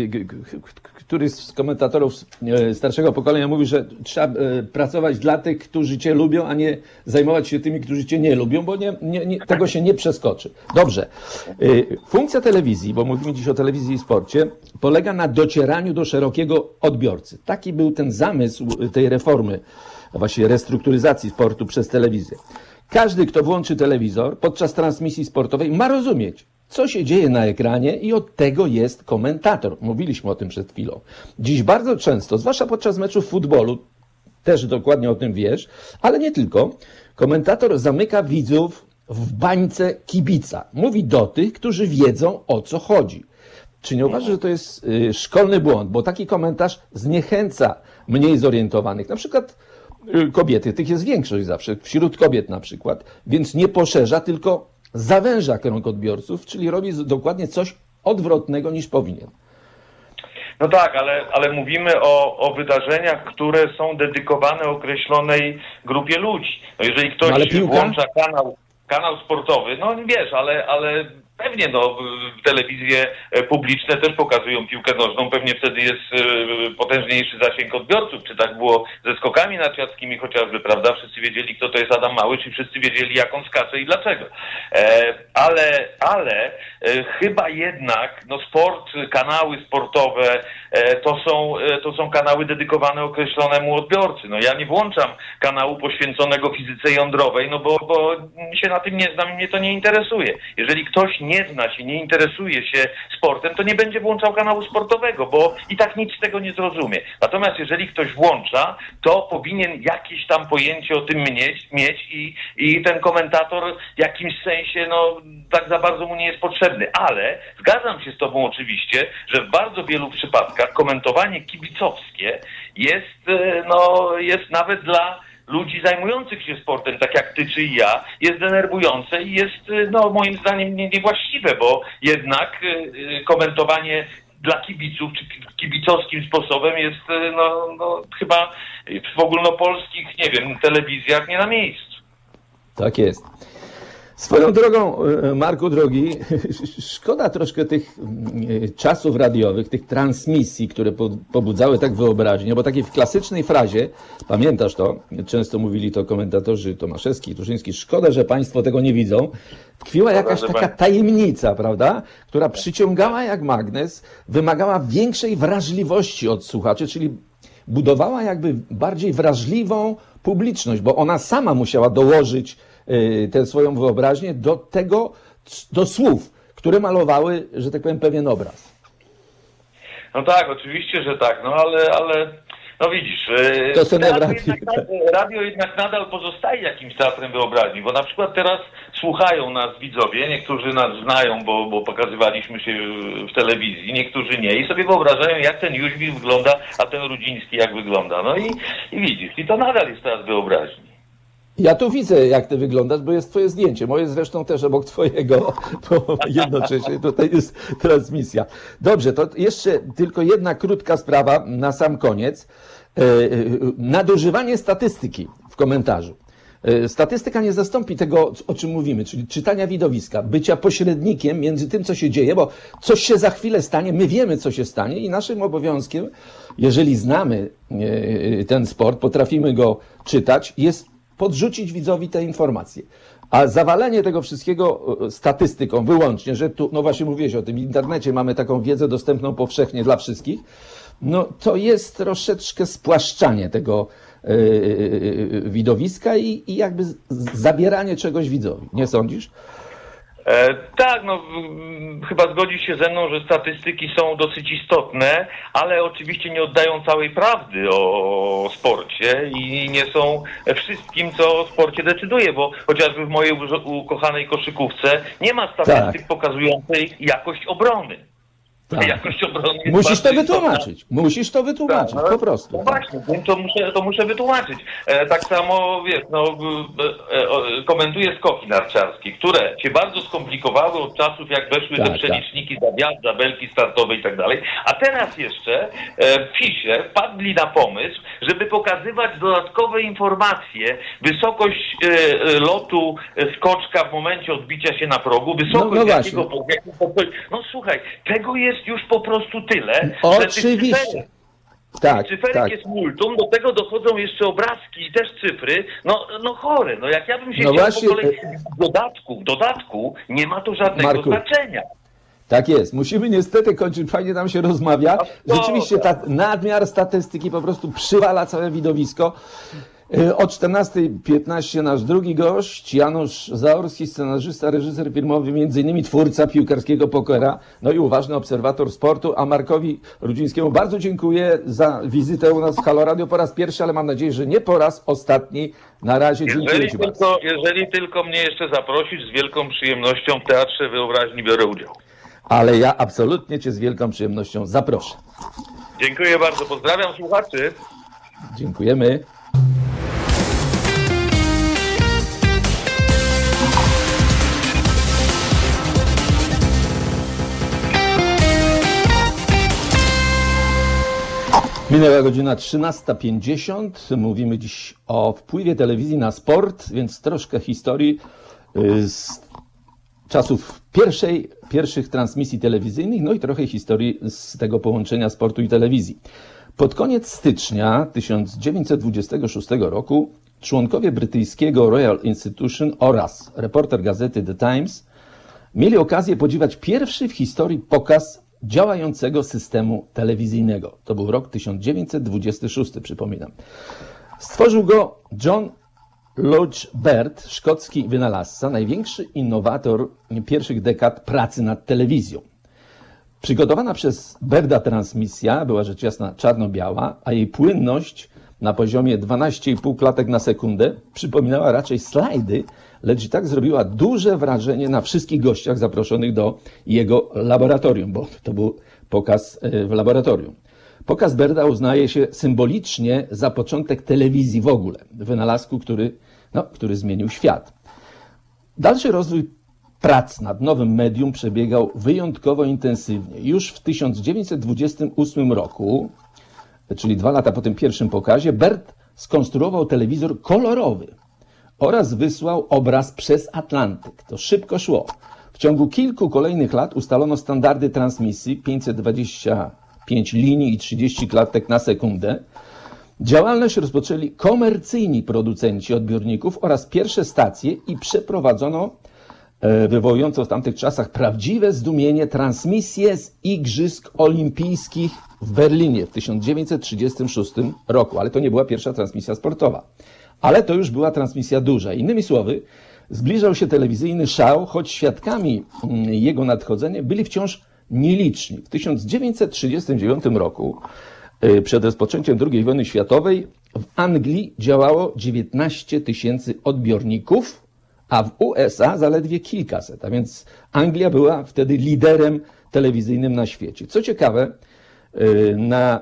któryś z komentatorów starszego pokolenia mówi, że trzeba pracować dla tych, którzy cię lubią, a nie zajmować się tymi, którzy cię nie lubią, bo tego się nie przeskoczy. Dobrze. Funkcja telewizji, bo mówimy dziś o telewizji i sporcie, polega na docieraniu do szerokiego odbiorcy. Taki był ten zamysł tej reformy, właściwie restrukturyzacji sportu przez telewizję. Każdy, kto włączy telewizor podczas transmisji sportowej, ma rozumieć, co się dzieje na ekranie i od tego jest komentator. Mówiliśmy o tym przed chwilą. Dziś bardzo często, zwłaszcza podczas meczów futbolu, też dokładnie o tym wiesz, ale nie tylko. Komentator zamyka widzów w bańce kibica. Mówi do tych, którzy wiedzą, o co chodzi. Czy nie uważasz, że to jest szkolny błąd? Bo taki komentarz zniechęca mniej zorientowanych. Na przykład kobiety, tych jest większość zawsze, wśród kobiet na przykład, więc nie poszerza, tylko zawęża krąg odbiorców, czyli robi dokładnie coś odwrotnego niż powinien. No tak, ale mówimy o wydarzeniach, które są dedykowane określonej grupie ludzi. No jeżeli ktoś włącza kanał sportowy, no wiesz, ale pewnie telewizje publiczne też pokazują piłkę nożną, pewnie wtedy jest potężniejszy zasięg odbiorców, czy tak było ze skokami narciarskimi chociażby, prawda? Wszyscy wiedzieli, kto to jest Adam Mały, czy wszyscy wiedzieli, jak on skacze i dlaczego. Ale chyba jednak sport, kanały sportowe to są kanały dedykowane określonemu odbiorcy. No ja nie włączam kanału poświęconego fizyce jądrowej, bo się na tym nie znam, mnie to nie interesuje. Jeżeli ktoś nie zna się, nie interesuje się sportem, to nie będzie włączał kanału sportowego, bo i tak nic z tego nie zrozumie. Natomiast jeżeli ktoś włącza, to powinien jakieś tam pojęcie o tym mieć i ten komentator w jakimś sensie, tak za bardzo mu nie jest potrzebny. Ale zgadzam się z tobą oczywiście, że w bardzo wielu przypadkach komentowanie kibicowskie jest nawet dla ludzi zajmujących się sportem, tak jak ty czy ja, jest denerwujące i jest, moim zdaniem niewłaściwe, bo jednak komentowanie dla kibiców, czy kibicowskim sposobem jest, chyba w ogólnopolskich, telewizjach nie na miejscu. Tak jest. Swoją drogą, Marku drogi, szkoda troszkę tych czasów radiowych, tych transmisji, które pobudzały tak wyobraźnię, bo takiej w klasycznej frazie, pamiętasz to, często mówili to komentatorzy Tomaszewski, Tuszyński, szkoda, że państwo tego nie widzą, tkwiła jakaś taka tajemnica, prawda, która przyciągała jak magnes, wymagała większej wrażliwości od słuchaczy, czyli budowała jakby bardziej wrażliwą publiczność, bo ona sama musiała dołożyć tę swoją wyobraźnię do słów, które malowały, że tak powiem, pewien obraz. No tak, oczywiście, że tak, ale widzisz, radio jednak nadal pozostaje jakimś teatrem wyobraźni, bo na przykład teraz słuchają nas widzowie, niektórzy nas znają, bo pokazywaliśmy się w telewizji, niektórzy nie i sobie wyobrażają, jak ten Jóźwik wygląda, a ten Rudziński jak wygląda. No i widzisz, i to nadal jest teatr wyobraźni. Ja tu widzę, jak ty wyglądasz, bo jest twoje zdjęcie. Moje zresztą też obok twojego, bo jednocześnie tutaj jest transmisja. Dobrze, to jeszcze tylko jedna krótka sprawa na sam koniec. Nadużywanie statystyki w komentarzu. Statystyka nie zastąpi tego, o czym mówimy, czyli czytania widowiska, bycia pośrednikiem między tym, co się dzieje, bo coś się za chwilę stanie, my wiemy, co się stanie i naszym obowiązkiem, jeżeli znamy ten sport, potrafimy go czytać, jest podrzucić widzowi te informacje. A zawalenie tego wszystkiego statystyką wyłącznie, że tu, właśnie mówiłeś o tym, w internecie mamy taką wiedzę dostępną powszechnie dla wszystkich, to jest troszeczkę spłaszczanie tego widowiska i jakby zabieranie czegoś widzowi. Nie sądzisz? Tak, chyba zgodzisz się ze mną, że statystyki są dosyć istotne, ale oczywiście nie oddają całej prawdy o sporcie i nie są wszystkim, co o sporcie decyduje, bo chociażby w mojej ukochanej koszykówce nie ma statystyk pokazujących jakość obrony. Tak. Jakość obrony jest Musisz to wytłumaczyć. Musisz to wytłumaczyć, po prostu. No właśnie, to muszę wytłumaczyć. Tak samo, komentuję skoki narciarskie, które się bardzo skomplikowały od czasów, jak weszły te przeliczniki za wjazd, za belki startowe i tak dalej. A teraz jeszcze FIS-ie wpadli na pomysł, żeby pokazywać dodatkowe informacje, wysokość lotu skoczka w momencie odbicia się na progu, wysokość jakiego... słuchaj, tego jest już po prostu tyle. Oczywiście. Cyferek jest multum, do tego dochodzą jeszcze obrazki i też cyfry. Chore. Jak ja bym się chciał po kolei w dodatku nie ma to żadnego znaczenia. Tak jest. Musimy niestety kończyć. Fajnie nam się rozmawia. Rzeczywiście nadmiar statystyki po prostu przywala całe widowisko. O 14:15 nasz drugi gość, Janusz Zaorski, scenarzysta, reżyser filmowy, m.in. twórca piłkarskiego pokera, no i uważny obserwator sportu. A Markowi Rudzińskiemu bardzo dziękuję za wizytę u nas w Halo Radio po raz pierwszy, ale mam nadzieję, że nie po raz ostatni. Na razie dziękuję Ci bardzo. Jeżeli tylko mnie jeszcze zaprosisz, z wielką przyjemnością w Teatrze Wyobraźni biorę udział. Ale ja absolutnie Cię z wielką przyjemnością zaproszę. Dziękuję bardzo, pozdrawiam słuchaczy. Dziękujemy. Minęła godzina 13:50. Mówimy dziś o wpływie telewizji na sport, więc troszkę historii z czasów pierwszych transmisji telewizyjnych, no i trochę historii z tego połączenia sportu i telewizji. Pod koniec stycznia 1926 roku członkowie brytyjskiego Royal Institution oraz reporter gazety The Times mieli okazję podziwiać pierwszy w historii pokaz działającego systemu telewizyjnego. To był rok 1926, przypominam. Stworzył go John Lodge Baird, szkocki wynalazca, największy innowator pierwszych dekad pracy nad telewizją. Przygotowana przez Bairda transmisja była rzecz jasna czarno-biała, a jej płynność na poziomie 12,5 klatek na sekundę przypominała raczej slajdy, lecz i tak zrobiła duże wrażenie na wszystkich gościach zaproszonych do jego laboratorium, bo to był pokaz w laboratorium. Pokaz Bairda uznaje się symbolicznie za początek telewizji w ogóle, wynalazku, który zmienił świat. Dalszy rozwój prac nad nowym medium przebiegał wyjątkowo intensywnie. Już w 1928 roku, czyli 2 lata po tym pierwszym pokazie, Baird skonstruował telewizor kolorowy oraz wysłał obraz przez Atlantyk. To szybko szło. W ciągu kilku kolejnych lat ustalono standardy transmisji 525 linii i 30 klatek na sekundę. Działalność rozpoczęli komercyjni producenci odbiorników oraz pierwsze stacje i przeprowadzono, wywołującą w tamtych czasach prawdziwe zdumienie, transmisję z Igrzysk Olimpijskich w Berlinie w 1936 roku. Ale to nie była pierwsza transmisja sportowa. Ale to już była transmisja duża. Innymi słowy, zbliżał się telewizyjny szał, choć świadkami jego nadchodzenia byli wciąż nieliczni. W 1939 roku, przed rozpoczęciem II wojny światowej, w Anglii działało 19 000 odbiorników, a w USA zaledwie kilkaset. A więc Anglia była wtedy liderem telewizyjnym na świecie. Co ciekawe, na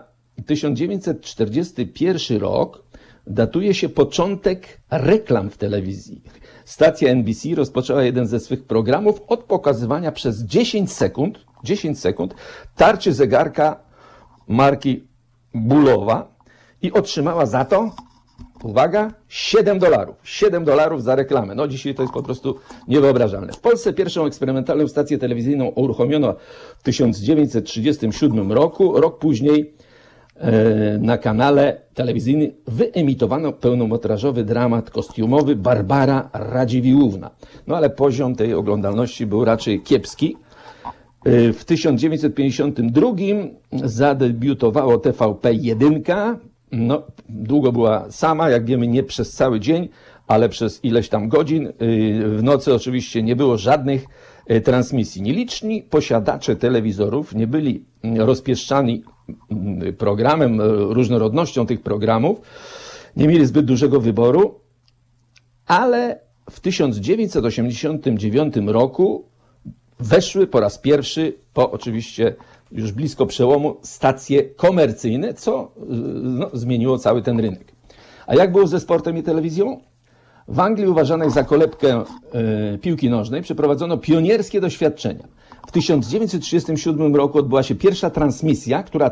1941 rok datuje się początek reklam w telewizji. Stacja NBC rozpoczęła jeden ze swych programów od pokazywania przez 10 sekund tarczy zegarka marki Bullowa i otrzymała za to, uwaga, $7. $7 za reklamę. No dzisiaj to jest po prostu niewyobrażalne. W Polsce pierwszą eksperymentalną stację telewizyjną uruchomiono w 1937 roku. Rok później na kanale telewizyjnym wyemitowano pełnometrażowy dramat kostiumowy Barbara Radziwiłłówna. No ale poziom tej oglądalności był raczej kiepski. W 1952 zadebiutowało TVP1. No, długo była sama, jak wiemy, nie przez cały dzień, ale przez ileś tam godzin. W nocy oczywiście nie było żadnych transmisji. Nieliczni posiadacze telewizorów nie byli rozpieszczani programem, różnorodnością tych programów, nie mieli zbyt dużego wyboru, ale w 1989 roku weszły po raz pierwszy, po oczywiście już blisko przełomu, stacje komercyjne, co zmieniło cały ten rynek. A jak było ze sportem i telewizją? W Anglii, uważanej za kolebkę piłki nożnej, przeprowadzono pionierskie doświadczenia. W 1937 roku odbyła się pierwsza transmisja, która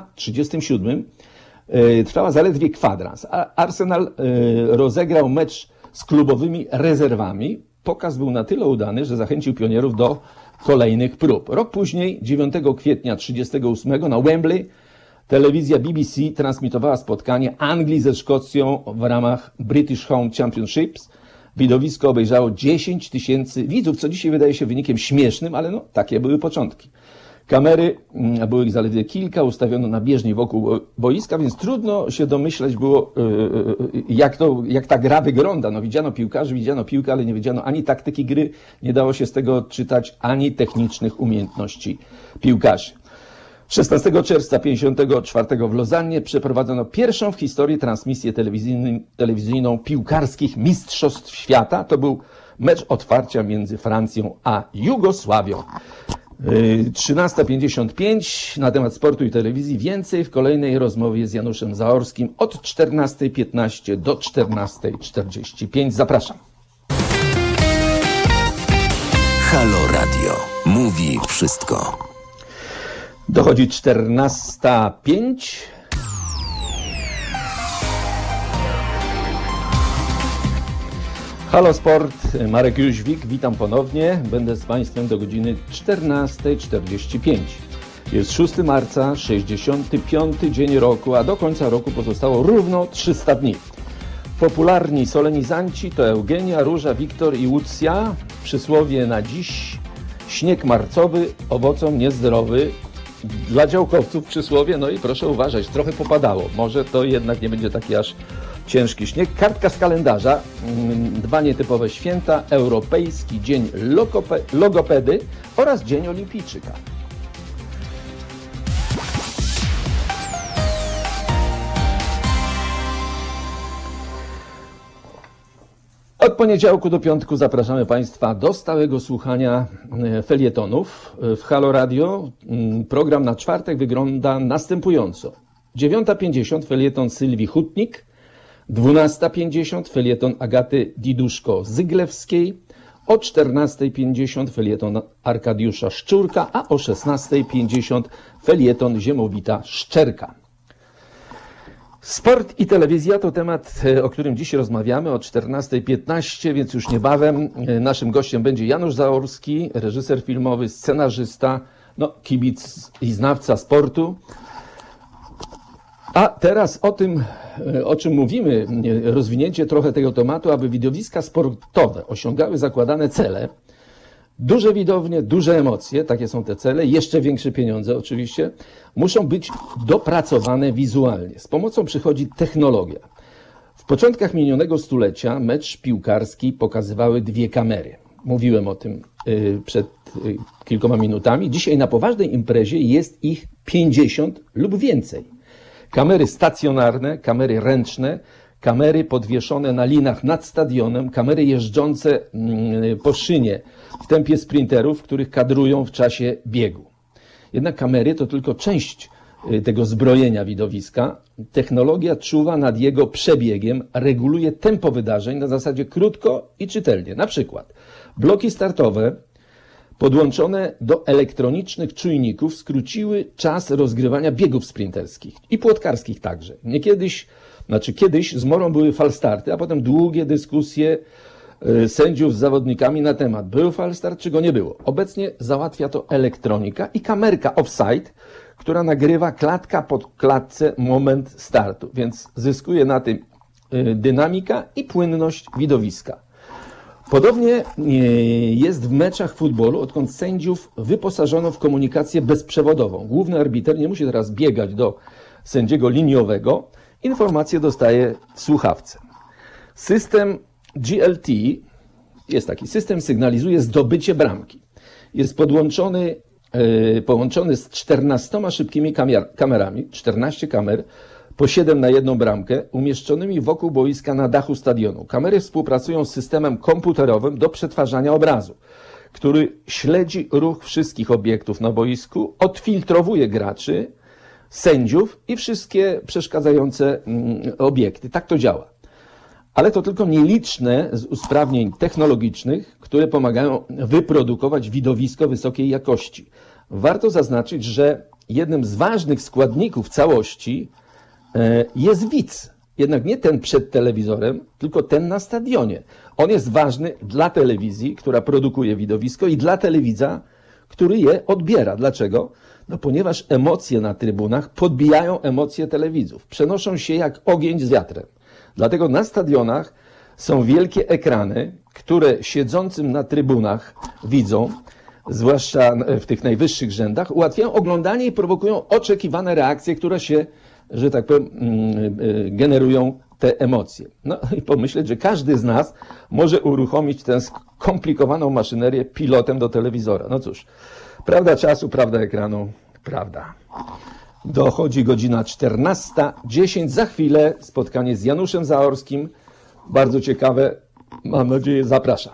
trwała zaledwie kwadrans. Arsenal rozegrał mecz z klubowymi rezerwami. Pokaz był na tyle udany, że zachęcił pionierów do kolejnych prób. Rok później, 9 kwietnia 1938 na Wembley, telewizja BBC transmitowała spotkanie Anglii ze Szkocją w ramach British Home Championships. Widowisko obejrzało 10 000 widzów, co dzisiaj wydaje się wynikiem śmiesznym, ale no, takie były początki. Kamery, było ich zaledwie kilka, ustawiono na bieżni wokół boiska, więc trudno się domyśleć było, jak ta gra wygląda. No, widziano piłkarzy, widziano piłkę, ale nie widziano ani taktyki gry, nie dało się z tego odczytać ani technicznych umiejętności piłkarzy. 16 czerwca 1954 w Lozannie przeprowadzono pierwszą w historii transmisję telewizyjną piłkarskich mistrzostw świata. To był mecz otwarcia między Francją a Jugosławią. 13:55 na temat sportu i telewizji. Więcej w kolejnej rozmowie z Januszem Zaorskim od 14:15 do 14:45. Zapraszam. Halo Radio. Mówi wszystko. Dochodzi 14:05. Halo Sport, Marek Jóźwik, witam ponownie. Będę z Państwem do godziny 14:45. Jest 6 marca, 65. dzień roku, a do końca roku pozostało równo 300 dni. Popularni solenizanci to Eugenia, Róża, Wiktor i Łucja. Przysłowie na dziś: śnieg marcowy, owocom niezdrowy. Dla działkowców przysłowie, no i proszę uważać, trochę popadało. Może to jednak nie będzie taki aż ciężki śnieg. Kartka z kalendarza, 2 nietypowe święta, Europejski Dzień Logopedy oraz Dzień Olimpijczyka. Od poniedziałku do piątku zapraszamy Państwa do stałego słuchania felietonów w Halo Radio. Program na czwartek wygląda następująco. 9:50 felieton Sylwii Hutnik, 12:50 felieton Agaty Diduszko-Zyglewskiej, o 14:50 felieton Arkadiusza Szczurka, a o 16:50 felieton Ziemowita Szczerka. Sport i telewizja to temat, o którym dziś rozmawiamy o 14:15, więc już niebawem. Naszym gościem będzie Janusz Zaorski, reżyser filmowy, scenarzysta, kibic i znawca sportu. A teraz o tym, o czym mówimy, rozwinięcie trochę tego tematu, aby widowiska sportowe osiągały zakładane cele. Duże widownie, duże emocje, takie są te cele, jeszcze większe pieniądze oczywiście, muszą być dopracowane wizualnie. Z pomocą przychodzi technologia. W początkach minionego stulecia mecz piłkarski pokazywały 2 kamery. Mówiłem o tym przed kilkoma minutami. Dzisiaj na poważnej imprezie jest ich 50 lub więcej. Kamery stacjonarne, kamery ręczne, kamery podwieszone na linach nad stadionem, kamery jeżdżące po szynie w tempie sprinterów, których kadrują w czasie biegu. Jednak kamery to tylko część tego zbrojenia widowiska. Technologia czuwa nad jego przebiegiem, reguluje tempo wydarzeń na zasadzie krótko i czytelnie. Na przykład bloki startowe podłączone do elektronicznych czujników skróciły czas rozgrywania biegów sprinterskich i płotkarskich także. Kiedyś zmorą były falstarty, a potem długie dyskusje sędziów z zawodnikami na temat, był falstart czy go nie było. Obecnie załatwia to elektronika i kamerka offside, która nagrywa klatka po klatce moment startu, więc zyskuje na tym dynamika i płynność widowiska. Podobnie jest w meczach futbolu, odkąd sędziów wyposażono w komunikację bezprzewodową. Główny arbiter nie musi teraz biegać do sędziego liniowego, informacje dostaje w słuchawce. System GLT, jest taki system, sygnalizuje zdobycie bramki. Jest połączony z 14 szybkimi kamerami, 14 kamer, po 7 na jedną bramkę, umieszczonymi wokół boiska na dachu stadionu. Kamery współpracują z systemem komputerowym do przetwarzania obrazu, który śledzi ruch wszystkich obiektów na boisku, odfiltrowuje graczy, sędziów i wszystkie przeszkadzające obiekty. Tak to działa. Ale to tylko nieliczne z usprawnień technologicznych, które pomagają wyprodukować widowisko wysokiej jakości. Warto zaznaczyć, że jednym z ważnych składników całości jest widz. Jednak nie ten przed telewizorem, tylko ten na stadionie. On jest ważny dla telewizji, która produkuje widowisko, i dla telewidza, który je odbiera. Dlaczego? Ponieważ emocje na trybunach podbijają emocje telewidzów. Przenoszą się jak ogień z wiatrem. Dlatego na stadionach są wielkie ekrany, które siedzącym na trybunach widzom zwłaszcza w tych najwyższych rzędach, ułatwiają oglądanie i prowokują oczekiwane reakcje, które się, że tak powiem, generują te emocje. No i pomyśleć, że każdy z nas może uruchomić tę skomplikowaną maszynerię pilotem do telewizora. No cóż, prawda czasu, prawda ekranu, prawda. Dochodzi godzina 14:10. Za chwilę spotkanie z Januszem Zaorskim. Bardzo ciekawe. Mam nadzieję, zapraszam.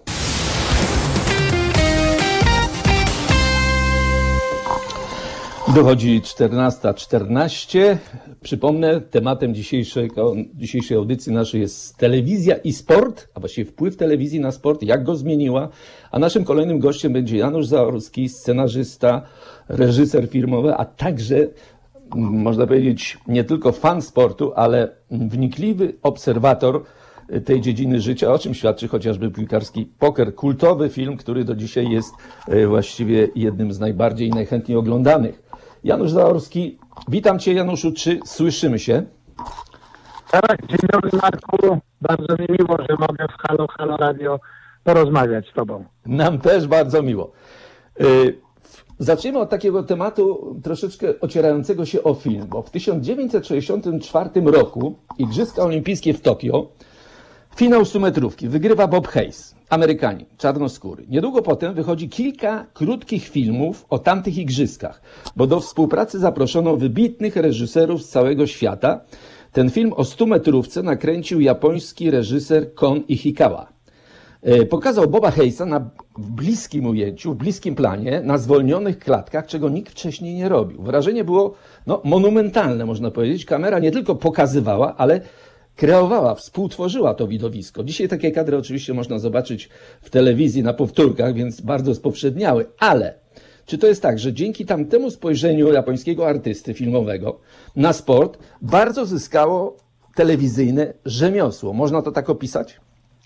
Dochodzi 14:14. Przypomnę, tematem dzisiejszej audycji naszej jest telewizja i sport, a właściwie wpływ telewizji na sport, jak go zmieniła. A naszym kolejnym gościem będzie Janusz Zaorski, scenarzysta, reżyser filmowy, a także, można powiedzieć, nie tylko fan sportu, ale wnikliwy obserwator tej dziedziny życia, o czym świadczy chociażby piłkarski poker. Kultowy film, który do dzisiaj jest właściwie jednym z najbardziej i najchętniej oglądanych. Janusz Zaorski, witam Cię, Januszu, czy słyszymy się? Tak, dzień dobry, Marku. Bardzo mi miło, że mogę w Halo Radio porozmawiać z Tobą. Nam też bardzo miło. Zacznijmy od takiego tematu troszeczkę ocierającego się o film, bo w 1964 roku Igrzyska Olimpijskie w Tokio, finał 100 metrówki wygrywa Bob Hayes, Amerykanin, czarnoskóry. Niedługo potem wychodzi kilka krótkich filmów o tamtych igrzyskach, bo do współpracy zaproszono wybitnych reżyserów z całego świata. Ten film o 100 metrówce nakręcił japoński reżyser Kon Ichikawa. Pokazał Boba Hayesa w bliskim ujęciu, w bliskim planie, na zwolnionych klatkach, czego nikt wcześniej nie robił. Wrażenie było monumentalne, można powiedzieć. Kamera nie tylko pokazywała, ale kreowała, współtworzyła to widowisko. Dzisiaj takie kadry oczywiście można zobaczyć w telewizji na powtórkach, więc bardzo spowszedniały. Ale czy to jest tak, że dzięki tamtemu spojrzeniu japońskiego artysty filmowego na sport bardzo zyskało telewizyjne rzemiosło? Można to tak opisać?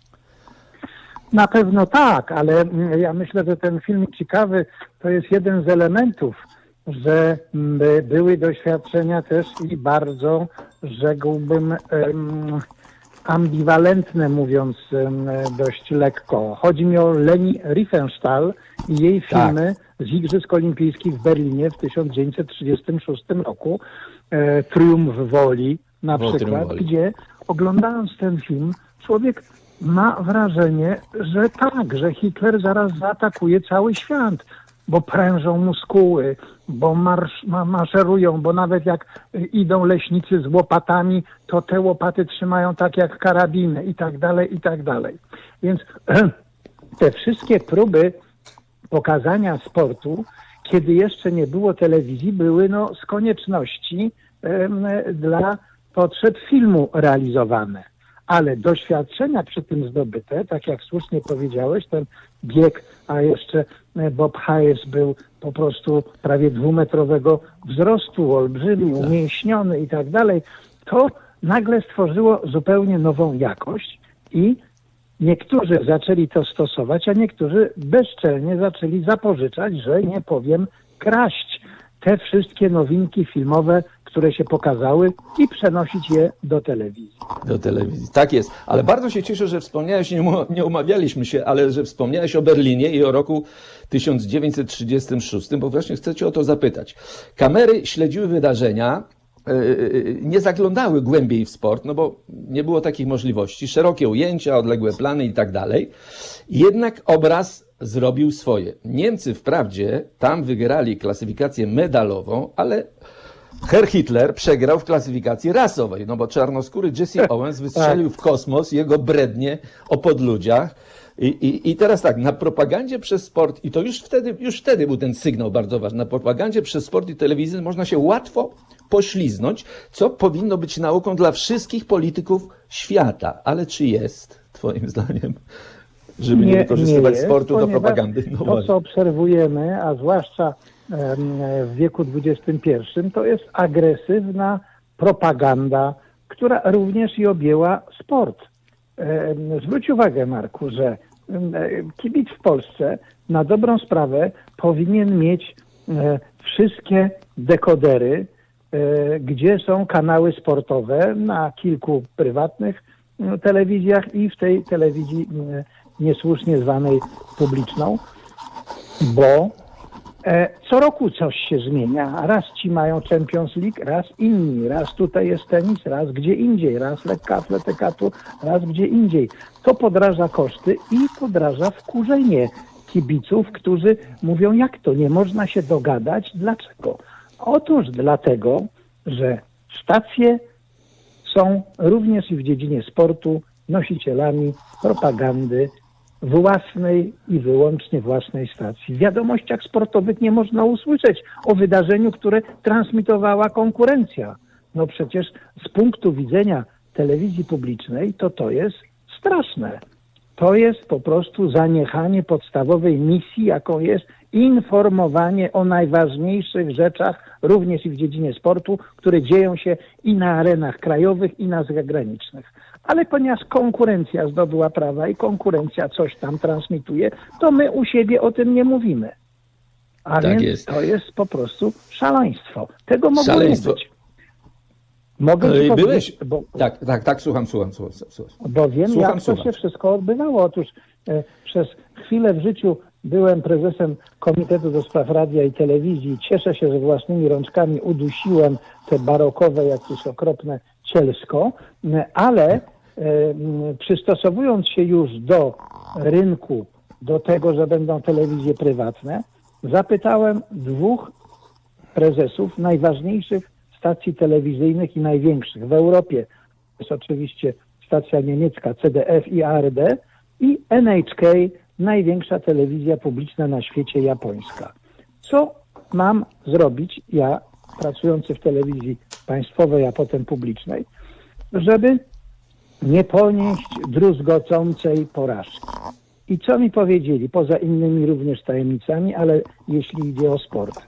Na pewno tak, ale ja myślę, że ten film ciekawy to jest jeden z elementów, że były doświadczenia też i bardzo, rzekłbym, ambiwalentne, mówiąc dość lekko. Chodzi mi o Leni Riefenstahl i jej filmy z Igrzysk Olimpijskich w Berlinie w 1936 roku. Triumf Woli na przykład, gdzie oglądając ten film człowiek ma wrażenie, że tak, że Hitler zaraz zaatakuje cały świat, bo prężą muskuły, bo maszerują, bo nawet jak idą leśnicy z łopatami, to te łopaty trzymają tak jak karabiny i tak dalej, i tak dalej. Więc te wszystkie próby pokazania sportu, kiedy jeszcze nie było telewizji, były z konieczności dla potrzeb filmu realizowane. Ale doświadczenia przy tym zdobyte, tak jak słusznie powiedziałeś, ten bieg, a jeszcze Bob Hayes był po prostu prawie 2-metrowego wzrostu, olbrzymi, umięśniony i tak dalej, to nagle stworzyło zupełnie nową jakość i niektórzy zaczęli to stosować, a niektórzy bezczelnie zaczęli zapożyczać, że nie powiem kraść te wszystkie nowinki filmowe, które się pokazały i przenosić je do telewizji. Do telewizji, tak jest. Ale bardzo się cieszę, że wspomniałeś, nie umawialiśmy się, ale że wspomniałeś o Berlinie i o roku 1936, bo właśnie chcę Cię o to zapytać. Kamery śledziły wydarzenia, nie zaglądały głębiej w sport, bo nie było takich możliwości. Szerokie ujęcia, odległe plany i tak dalej. Jednak obraz zrobił swoje. Niemcy wprawdzie tam wygrali klasyfikację medalową, ale Herr Hitler przegrał w klasyfikacji rasowej, bo czarnoskóry Jesse Owens wystrzelił w kosmos jego brednie o podludziach. I teraz tak, na propagandzie przez sport, i to już wtedy był ten sygnał bardzo ważny, na propagandzie przez sport i telewizję można się łatwo pośliznąć, co powinno być nauką dla wszystkich polityków świata. Ale czy jest, Twoim zdaniem, żeby nie wykorzystywać sportu do propagandy? To, co obserwujemy, a zwłaszcza w wieku XXI, to jest agresywna propaganda, która również i objęła sport. Zwróć uwagę, Marku, że kibic w Polsce na dobrą sprawę powinien mieć wszystkie dekodery, gdzie są kanały sportowe na kilku prywatnych telewizjach i w tej telewizji niesłusznie zwanej publiczną. bo co roku coś się zmienia. Raz ci mają Champions League, raz inni. Raz tutaj jest tenis, raz gdzie indziej. Raz lekka atletyka tu, raz gdzie indziej. To podraża koszty i podraża wkurzenie kibiców, którzy mówią, jak to, nie można się dogadać. Dlaczego? Otóż dlatego, że stacje są również i w dziedzinie sportu nosicielami propagandy własnej i wyłącznie własnej stacji. W wiadomościach sportowych nie można usłyszeć o wydarzeniu, które transmitowała konkurencja. No przecież z punktu widzenia telewizji publicznej to jest straszne. To jest po prostu zaniechanie podstawowej misji, jaką jest informowanie o najważniejszych rzeczach, również i w dziedzinie sportu, które dzieją się i na arenach krajowych, i na zagranicznych. Ale ponieważ konkurencja zdobyła prawa i konkurencja coś tam transmituje, to my u siebie o tym nie mówimy. A Tak więc jest. to jest po prostu szaleństwo. Tego mogło Szaleństwo. nie być. Mogę ci Byłeś? powiedzieć, bo Tak, słucham. bo wiem, Słucham, jak to słucham. się wszystko odbywało. Otóż przez chwilę w życiu byłem prezesem Komitetu do Spraw Radia i Telewizji. Cieszę się, że własnymi rączkami udusiłem te barokowe, jakieś okropne cielsko, ale przystosowując się już do rynku, do tego, że będą telewizje prywatne, zapytałem dwóch prezesów najważniejszych stacji telewizyjnych i największych w Europie. To jest oczywiście stacja niemiecka CDF i ARD i NHK, największa telewizja publiczna na świecie, japońska. Co mam zrobić ja, pracujący w telewizji państwowej, a potem publicznej, żeby nie ponieść druzgocącej porażki? I co mi powiedzieli, poza innymi również tajemnicami, ale jeśli idzie o sport?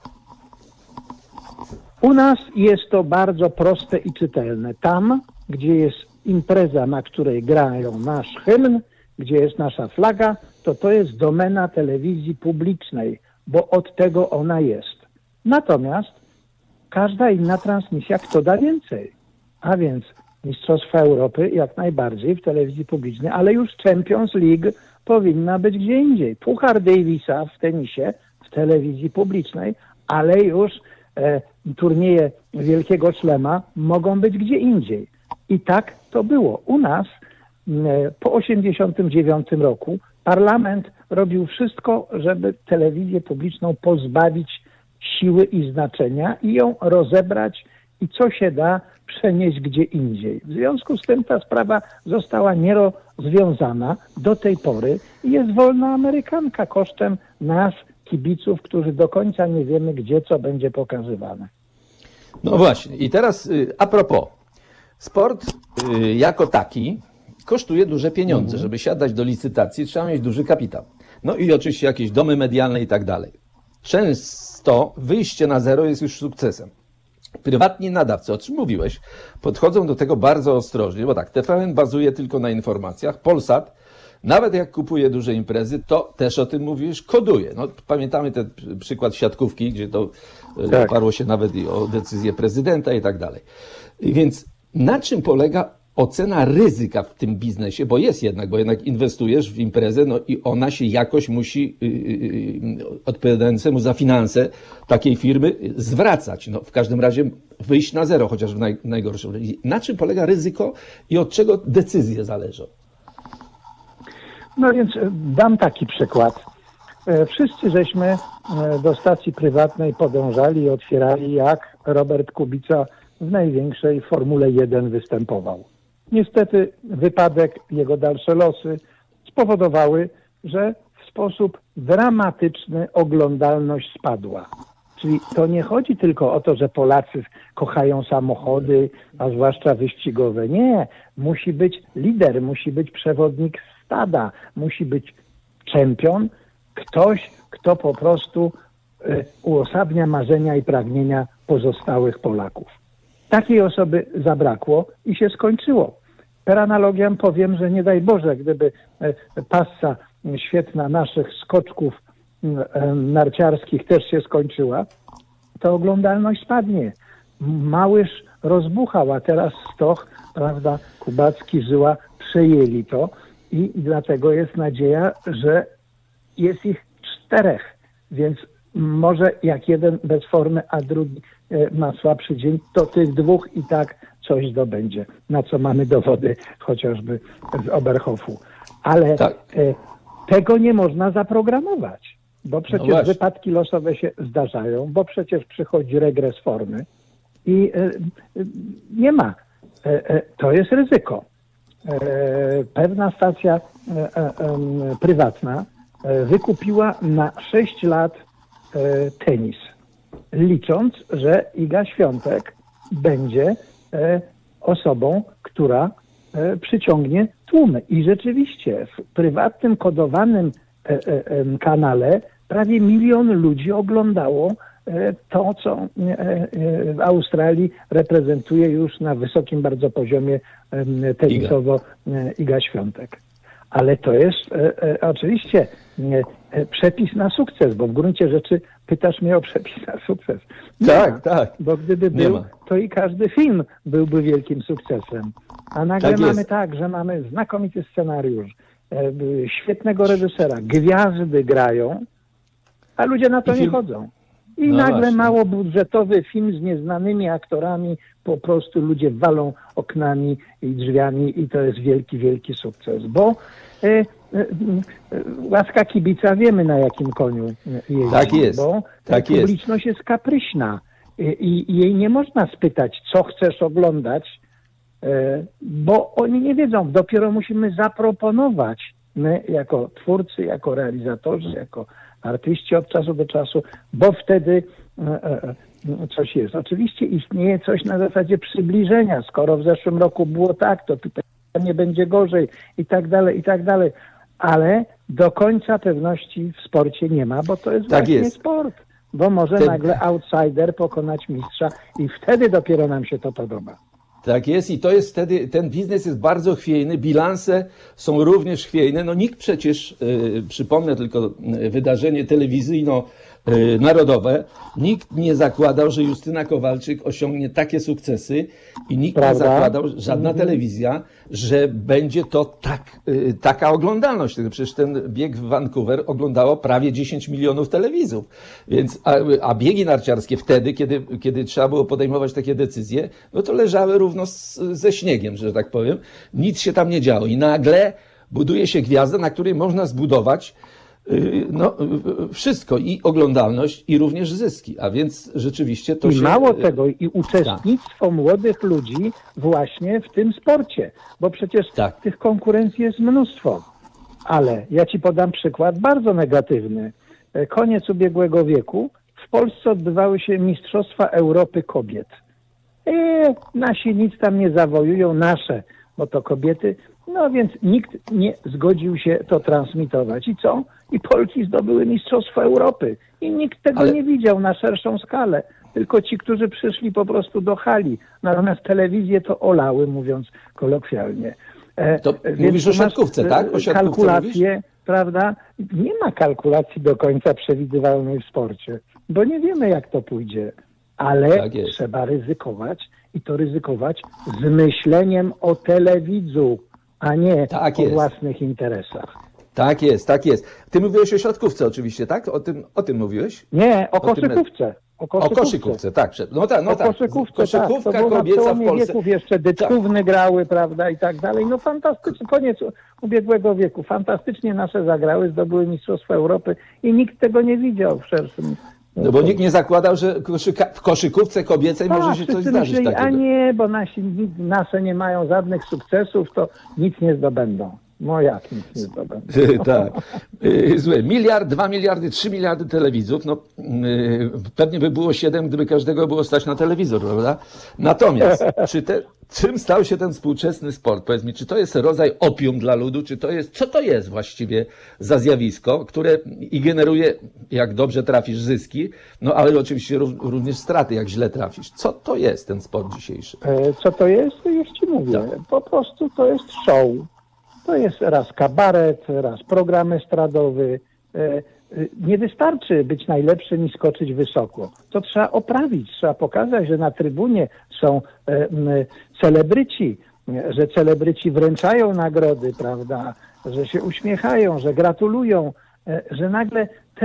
U nas jest to bardzo proste i czytelne. Tam, gdzie jest impreza, na której grają nasz hymn, gdzie jest nasza flaga, to jest domena telewizji publicznej, bo od tego ona jest. Natomiast każda inna transmisja, kto da więcej? A więc Mistrzostwa Europy jak najbardziej w telewizji publicznej, ale już Champions League powinna być gdzie indziej. Puchar Davisa w tenisie w telewizji publicznej, ale już turnieje Wielkiego Szlema mogą być gdzie indziej. I tak to było. U nas po 1989 roku parlament robił wszystko, żeby telewizję publiczną pozbawić siły i znaczenia i ją rozebrać i co się da przenieść gdzie indziej. W związku z tym ta sprawa została nierozwiązana do tej pory i jest wolna amerykanka kosztem nas, kibiców, którzy do końca nie wiemy, gdzie co będzie pokazywane. No właśnie. I teraz a propos. Sport jako taki kosztuje duże pieniądze. Żeby siadać do licytacji, trzeba mieć duży kapitał. No i oczywiście jakieś domy medialne i tak dalej. Często wyjście na zero jest już sukcesem. Prywatni nadawcy, o czym mówiłeś, podchodzą do tego bardzo ostrożnie, bo tak, TVN bazuje tylko na informacjach, Polsat, nawet jak kupuje duże imprezy, to też o tym mówisz, koduje. No, pamiętamy ten przykład siatkówki, gdzie to oparło się nawet i o decyzję prezydenta i tak dalej. Więc na czym polega ocena ryzyka w tym biznesie, bo jednak inwestujesz w imprezę, no i ona się jakoś musi odpowiadającemu za finanse takiej firmy zwracać. No, w każdym razie wyjść na zero, chociaż w najgorszym. Na czym polega ryzyko i od czego decyzje zależą? No więc dam taki przykład. Wszyscy żeśmy do stacji prywatnej podążali i otwierali, jak Robert Kubica w największej Formule 1 występował. Niestety wypadek, jego dalsze losy spowodowały, że w sposób dramatyczny oglądalność spadła. Czyli to nie chodzi tylko o to, że Polacy kochają samochody, a zwłaszcza wyścigowe. Nie, musi być lider, musi być przewodnik stada, musi być czempion, ktoś, kto po prostu uosabnia marzenia i pragnienia pozostałych Polaków. Takiej osoby zabrakło i się skończyło. Per analogiam powiem, że nie daj Boże, gdyby passa świetna naszych skoczków narciarskich też się skończyła, to oglądalność spadnie. Małysz rozbuchał, a teraz Stoch, prawda, Kubacki, Żyła przejęli to i dlatego jest nadzieja, że jest ich 4 Więc może jak jeden bez formy, a drugi ma słabszy dzień, to tych dwóch i tak coś zdobędzie, na co mamy dowody chociażby z Oberhofu. Ale Tak. tego nie można zaprogramować, bo przecież właśnie. wypadki losowe się zdarzają, bo przecież przychodzi regres formy i nie ma. To jest ryzyko. Pewna stacja prywatna wykupiła na 6 lat tenis, licząc, że Iga Świątek będzie osobą, która przyciągnie tłumy. I rzeczywiście w prywatnym, kodowanym kanale prawie 1 milion ludzi oglądało to, co w Australii reprezentuje już na wysokim bardzo poziomie tenisowo Iga Świątek. Ale to jest oczywiście przepis na sukces, bo w gruncie rzeczy pytasz mnie o przepis na sukces. Tak. Bo gdyby Nie był, ma. to i każdy film byłby wielkim sukcesem. A nagle Tak mamy jest. tak, że mamy znakomity scenariusz, świetnego reżysera, gwiazdy grają, a ludzie na to nie chodzą. I No nagle właśnie. małobudżetowy film z nieznanymi aktorami, po prostu ludzie walą oknami i drzwiami i to jest wielki, wielki sukces. Bo łaska kibica wiemy, na jakim koniu jeździ. Tak jest. Bo Tak jest. publiczność jest kapryśna i jej nie można spytać, co chcesz oglądać, bo oni nie wiedzą. Dopiero musimy zaproponować, my jako twórcy, jako realizatorzy, jako artyści od czasu do czasu, bo wtedy coś jest. Oczywiście istnieje coś na zasadzie przybliżenia. Skoro w zeszłym roku było tak, to tutaj nie będzie gorzej i tak dalej. Ale do końca pewności w sporcie nie ma, bo to jest Tak właśnie jest. sport. Bo może nagle outsider pokonać mistrza i wtedy dopiero nam się to podoba. Tak jest i to jest wtedy, ten biznes jest bardzo chwiejny, bilanse są również chwiejne. No nikt przecież, przypomnę tylko wydarzenie telewizyjno-narodowe, nikt nie zakładał, że Justyna Kowalczyk osiągnie takie sukcesy i nikt nie zakładał, żadna telewizja, że będzie to taka oglądalność. Przecież ten bieg w Vancouver oglądało prawie 10 milionów telewizów. Więc, a biegi narciarskie wtedy, kiedy trzeba było podejmować takie decyzje, no to leżały równo ze śniegiem, że tak powiem. Nic się tam nie działo. I nagle buduje się gwiazda, na której można zbudować wszystko, i oglądalność, i również zyski. A więc rzeczywiście to się... I mało tego, i uczestnictwo młodych ludzi właśnie w tym sporcie, bo przecież tych konkurencji jest mnóstwo. Ale ja ci podam przykład bardzo negatywny. Koniec ubiegłego wieku w Polsce odbywały się Mistrzostwa Europy Kobiet. Nasi nic tam nie zawojują, nasze, bo to kobiety. No więc nikt nie zgodził się to transmitować. I co? I Polki zdobyły Mistrzostwo Europy. I nikt tego nie widział na szerszą skalę. Tylko ci, którzy przyszli po prostu do hali. Natomiast telewizje to olały, mówiąc kolokwialnie. To mówisz o siatkówce, tak? O siatkówce kalkulacje, mówisz? prawda? Nie ma kalkulacji do końca przewidywalnej w sporcie, bo nie wiemy, jak to pójdzie. Ale trzeba ryzykować i to ryzykować z myśleniem o telewidzu, a nie o własnych interesach. Tak jest, tak jest. Ty mówiłeś o siatkówce oczywiście, tak? O tym mówiłeś? Nie, o koszykówce. O koszykówce, tak. Koszykówce, koszykówka to było kobieca w Polsce. Wieków jeszcze dyczkówny grały, prawda, i tak dalej. No fantastycznie, koniec ubiegłego wieku. Fantastycznie nasze zagrały, zdobyły Mistrzostwo Europy i nikt tego nie widział w szerszym... No bo nikt nie zakładał, że w koszykówce kobiecej może się coś zdarzyć myśleli, takiego. A nie, bo nasze nie mają żadnych sukcesów, to nic nie zdobędą. No jak nic nie zdobędą. Tak. Złe. 1 miliard, 2 miliardy, 3 miliardy telewidzów. No, pewnie by było 7, gdyby każdego było stać na telewizor, prawda? Natomiast, czym stał się ten współczesny sport? Powiedz mi, czy to jest rodzaj opium dla ludu, czy to jest, co to jest właściwie za zjawisko, które i generuje, jak dobrze trafisz, zyski, no ale oczywiście również straty, jak źle trafisz. Co to jest ten sport dzisiejszy? Co to jest? Już ci mówię. Po prostu to jest show. To jest raz kabaret, raz program estradowy. Nie wystarczy być najlepszym i skoczyć wysoko. To trzeba oprawić, trzeba pokazać, że na trybunie są celebryci, że celebryci wręczają nagrody, prawda, że się uśmiechają, że gratulują, że nagle ten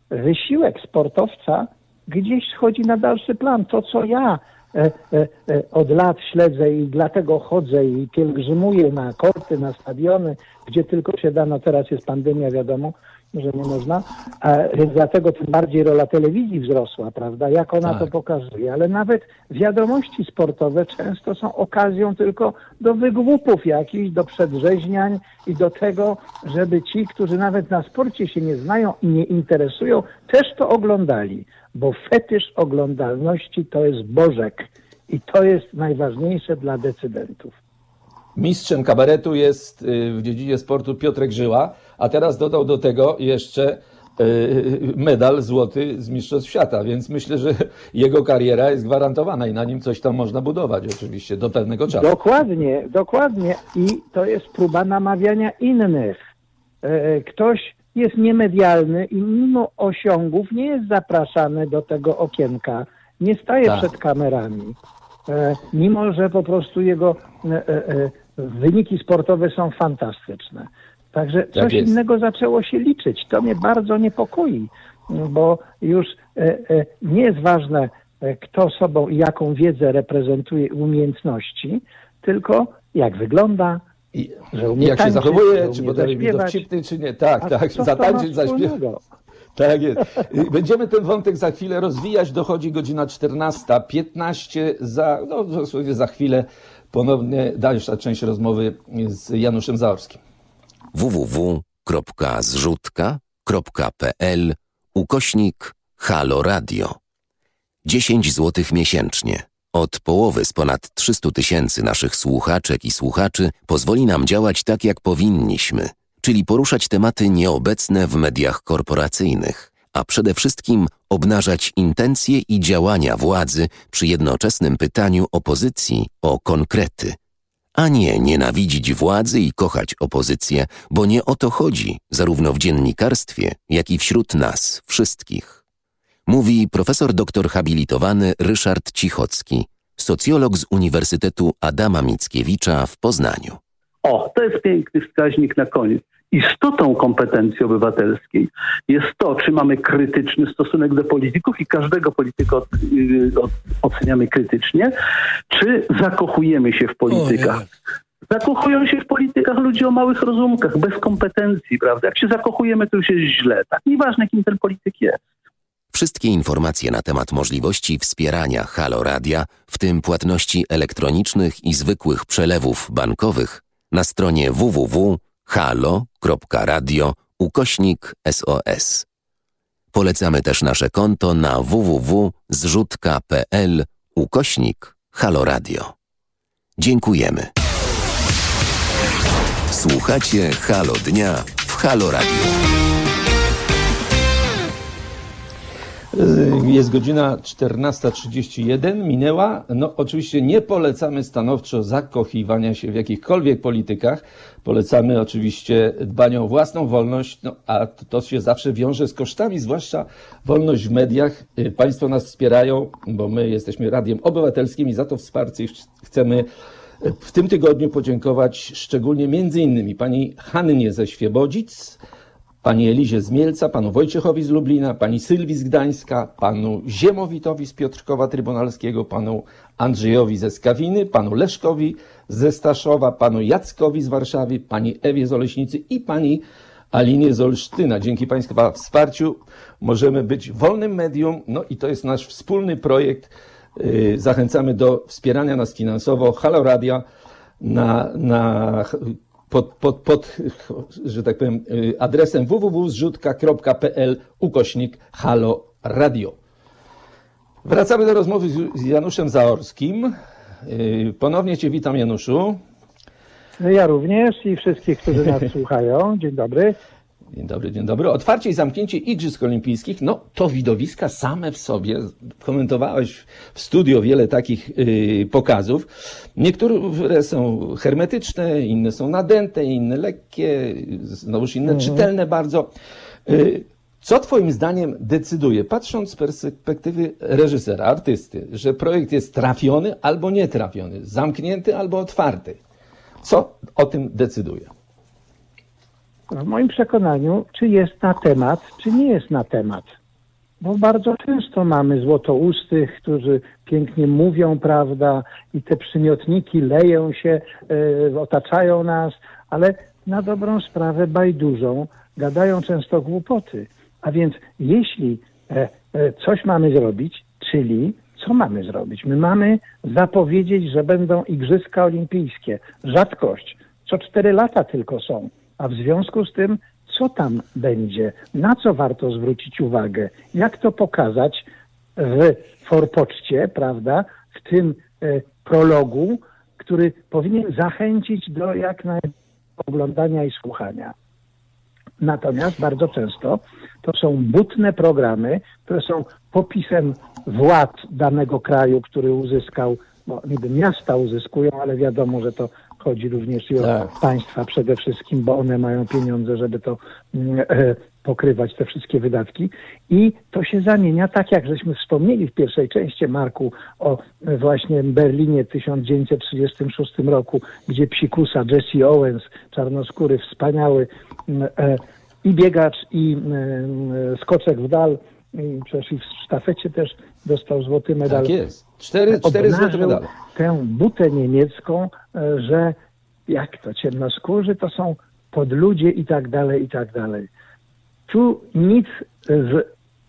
wysiłek sportowca gdzieś schodzi na dalszy plan. To, co ja od lat śledzę i dlatego chodzę i pielgrzymuję na korty, na stadiony, gdzie tylko się da, no teraz jest pandemia, wiadomo, że nie można, więc dlatego tym bardziej rola telewizji wzrosła, prawda, jak ona to pokazuje, ale nawet wiadomości sportowe często są okazją tylko do wygłupów jakichś, do przedrzeźniań i do tego, żeby ci, którzy nawet na sporcie się nie znają i nie interesują, też to oglądali, bo fetysz oglądalności to jest Bożek i to jest najważniejsze dla decydentów. Mistrzem kabaretu jest w dziedzinie sportu Piotrek Żyła, a teraz dodał do tego jeszcze medal złoty z Mistrzostw Świata, więc myślę, że jego kariera jest gwarantowana i na nim coś tam można budować oczywiście do pewnego czasu. Dokładnie. I to jest próba namawiania innych. Ktoś jest niemedialny i mimo osiągów nie jest zapraszany do tego okienka, nie staje przed kamerami. Mimo że po prostu jego wyniki sportowe są fantastyczne. Także coś innego zaczęło się liczyć. To mnie bardzo niepokoi, bo już nie jest ważne, kto sobą i jaką wiedzę reprezentuje, umiejętności, tylko jak wygląda, że umie jak tańczyć, się zachowuje, że czy umie potrafi być zaśpiewać. dowcipny, czy nie. Tak, Co zatańczyć, zaśpiewać. Tak jest. Będziemy ten wątek za chwilę rozwijać. Dochodzi godzina 14:15. Za chwilę ponownie dalsza część rozmowy z Januszem Zaorskim. www.zrzutka.pl/Halo Radio. 10 zł miesięcznie. Od połowy z ponad 300 000 naszych słuchaczek i słuchaczy pozwoli nam działać tak, jak powinniśmy, czyli poruszać tematy nieobecne w mediach korporacyjnych, a przede wszystkim obnażać intencje i działania władzy przy jednoczesnym pytaniu opozycji o konkrety. A nie nienawidzić władzy i kochać opozycję, bo nie o to chodzi, zarówno w dziennikarstwie, jak i wśród nas wszystkich. Mówi profesor doktor habilitowany Ryszard Cichocki, socjolog z Uniwersytetu Adama Mickiewicza w Poznaniu. To jest piękny wskaźnik na koniec. Istotą kompetencji obywatelskiej jest to, czy mamy krytyczny stosunek do polityków i każdego polityka oceniamy krytycznie, czy zakochujemy się w politykach. Zakochują się w politykach ludzie o małych rozumkach, bez kompetencji, prawda? Jak się zakochujemy, to już jest źle. Tak, nieważne, kim ten polityk jest. Wszystkie informacje na temat możliwości wspierania Halo Radia, w tym płatności elektronicznych i zwykłych przelewów bankowych, na stronie www.halo.radio/SOS. Polecamy też nasze konto na www.zrzutka.pl/Halo Radio. Dziękujemy. Słuchacie Halo Dnia w Halo Radio. Jest godzina 14:31, minęła. Oczywiście nie polecamy stanowczo zakochiwania się w jakichkolwiek politykach. Polecamy oczywiście dbanie o własną wolność, a to się zawsze wiąże z kosztami, zwłaszcza wolność w mediach. Państwo nas wspierają, bo my jesteśmy radiem obywatelskim i za to wsparcie chcemy w tym tygodniu podziękować szczególnie między innymi pani Hannie ze Świebodzic, pani Elizie z Mielca, panu Wojciechowi z Lublina, pani Sylwii z Gdańska, panu Ziemowitowi z Piotrkowa Trybunalskiego, panu Andrzejowi ze Skawiny, panu Leszkowi ze Staszowa, panu Jackowi z Warszawy, pani Ewie z Oleśnicy i pani Alinie z Olsztyna. Dzięki państwa wsparciu możemy być wolnym medium, i to jest nasz wspólny projekt. Zachęcamy do wspierania nas finansowo Halo Radia pod że tak powiem, adresem www.zrzutka.pl/Halo Radio. Wracamy do rozmowy z Januszem Zaorskim. Ponownie cię witam, Januszu. Ja również i wszystkich, którzy nas słuchają. Dzień dobry. Dzień dobry. Otwarcie i zamknięcie Igrzysk Olimpijskich, to widowiska same w sobie. Komentowałeś w studio wiele takich pokazów. Niektóre są hermetyczne, inne są nadęte, inne lekkie, znowuż inne czytelne bardzo. Co twoim zdaniem decyduje, patrząc z perspektywy reżysera, artysty, że projekt jest trafiony albo nietrafiony, zamknięty albo otwarty? Co o tym decyduje? W moim przekonaniu, czy jest na temat, czy nie jest na temat. Bo bardzo często mamy złotoustych, którzy pięknie mówią, prawda, i te przymiotniki leją się, otaczają nas, ale na dobrą sprawę bajdurzą, gadają często głupoty. A więc jeśli coś mamy zrobić, czyli co mamy zrobić? My mamy zapowiedzieć, że będą Igrzyska Olimpijskie. Rzadkość. Co 4 lata tylko są. A w związku z tym, co tam będzie? Na co warto zwrócić uwagę? Jak to pokazać w forpoczcie, prawda? W tym prologu, który powinien zachęcić do jak najbardziej oglądania i słuchania. Natomiast bardzo często to są butne programy, które są popisem władz danego kraju, który uzyskał, bo niby miasta uzyskują, ale wiadomo, że to chodzi również i o państwa przede wszystkim, bo one mają pieniądze, żeby to pokrywać, te wszystkie wydatki. I to się zamienia, tak jak żeśmy wspomnieli w pierwszej części, Marku, o właśnie Berlinie w 1936 roku, gdzie psikusa Jesse Owens, czarnoskóry, wspaniały i biegacz, i skoczek w dal, i przecież i w sztafecie też dostał złoty medal. Tak jest. 4 złote medale. Tę butę niemiecką, że jak to, ciemnoskórzy to są podludzie i tak dalej, i tak dalej. Tu nic z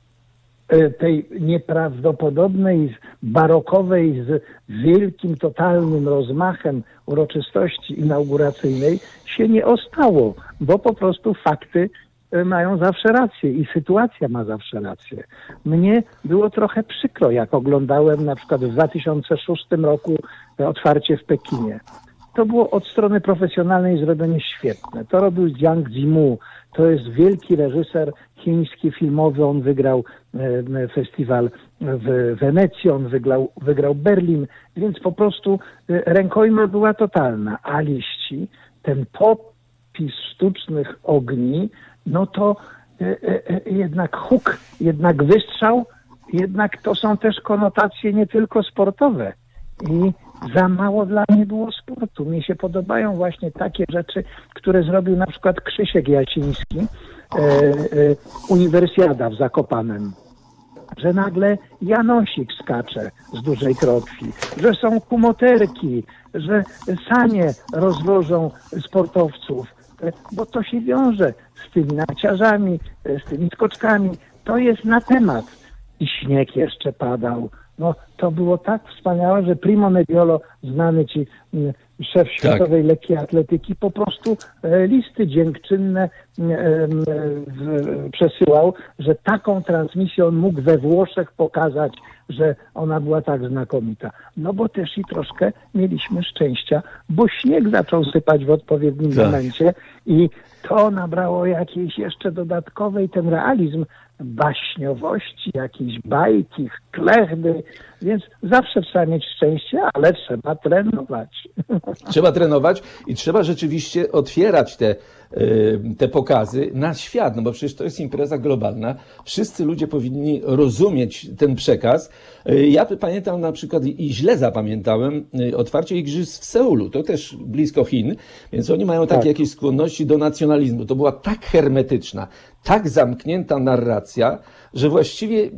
tej nieprawdopodobnej, barokowej, z wielkim, totalnym rozmachem uroczystości inauguracyjnej się nie ostało, bo po prostu fakty mają zawsze rację i sytuacja ma zawsze rację. Mnie było trochę przykro, jak oglądałem na przykład w 2006 roku otwarcie w Pekinie. To było od strony profesjonalnej zrobienie świetne. To robił Jiang Zimu. To jest wielki reżyser chiński, filmowy. On wygrał festiwal w Wenecji, on wygrał Berlin, więc po prostu rękojma była totalna. A liści, ten popis sztucznych ogni, no to jednak huk, jednak wystrzał, jednak to są też konotacje nie tylko sportowe. I za mało dla mnie było sportu. Mnie się podobają właśnie takie rzeczy, które zrobił na przykład Krzysiek Jasiński, Uniwersjada w Zakopanem. Że nagle Janosik skacze z dużej krotwi, że są kumoterki, że sanie rozwożą sportowców, bo to się wiąże z tymi narciarzami, z tymi skoczkami. To jest na temat. I śnieg jeszcze padał. No, to było tak wspaniałe, że Primo Mediolo, znany ci szef światowej lekkiej atletyki, po prostu listy dziękczynne przesyłał, że taką transmisję on mógł we Włoszech pokazać, że ona była tak znakomita. No bo też i troszkę mieliśmy szczęścia, bo śnieg zaczął sypać w odpowiednim momencie i to nabrało jakiejś jeszcze dodatkowej, ten realizm baśniowości, jakiejś bajki, klechdy, więc zawsze trzeba mieć szczęście, ale trzeba trenować. Trzeba trenować i trzeba rzeczywiście otwierać te pokazy na świat, no bo przecież to jest impreza globalna. Wszyscy ludzie powinni rozumieć ten przekaz. Ja pamiętam na przykład i źle zapamiętałem otwarcie igrzysk w Seulu. To też blisko Chin, więc oni mają takie jakieś skłonności do nacjonalizmu. To była tak hermetyczna, tak zamknięta narracja, że właściwie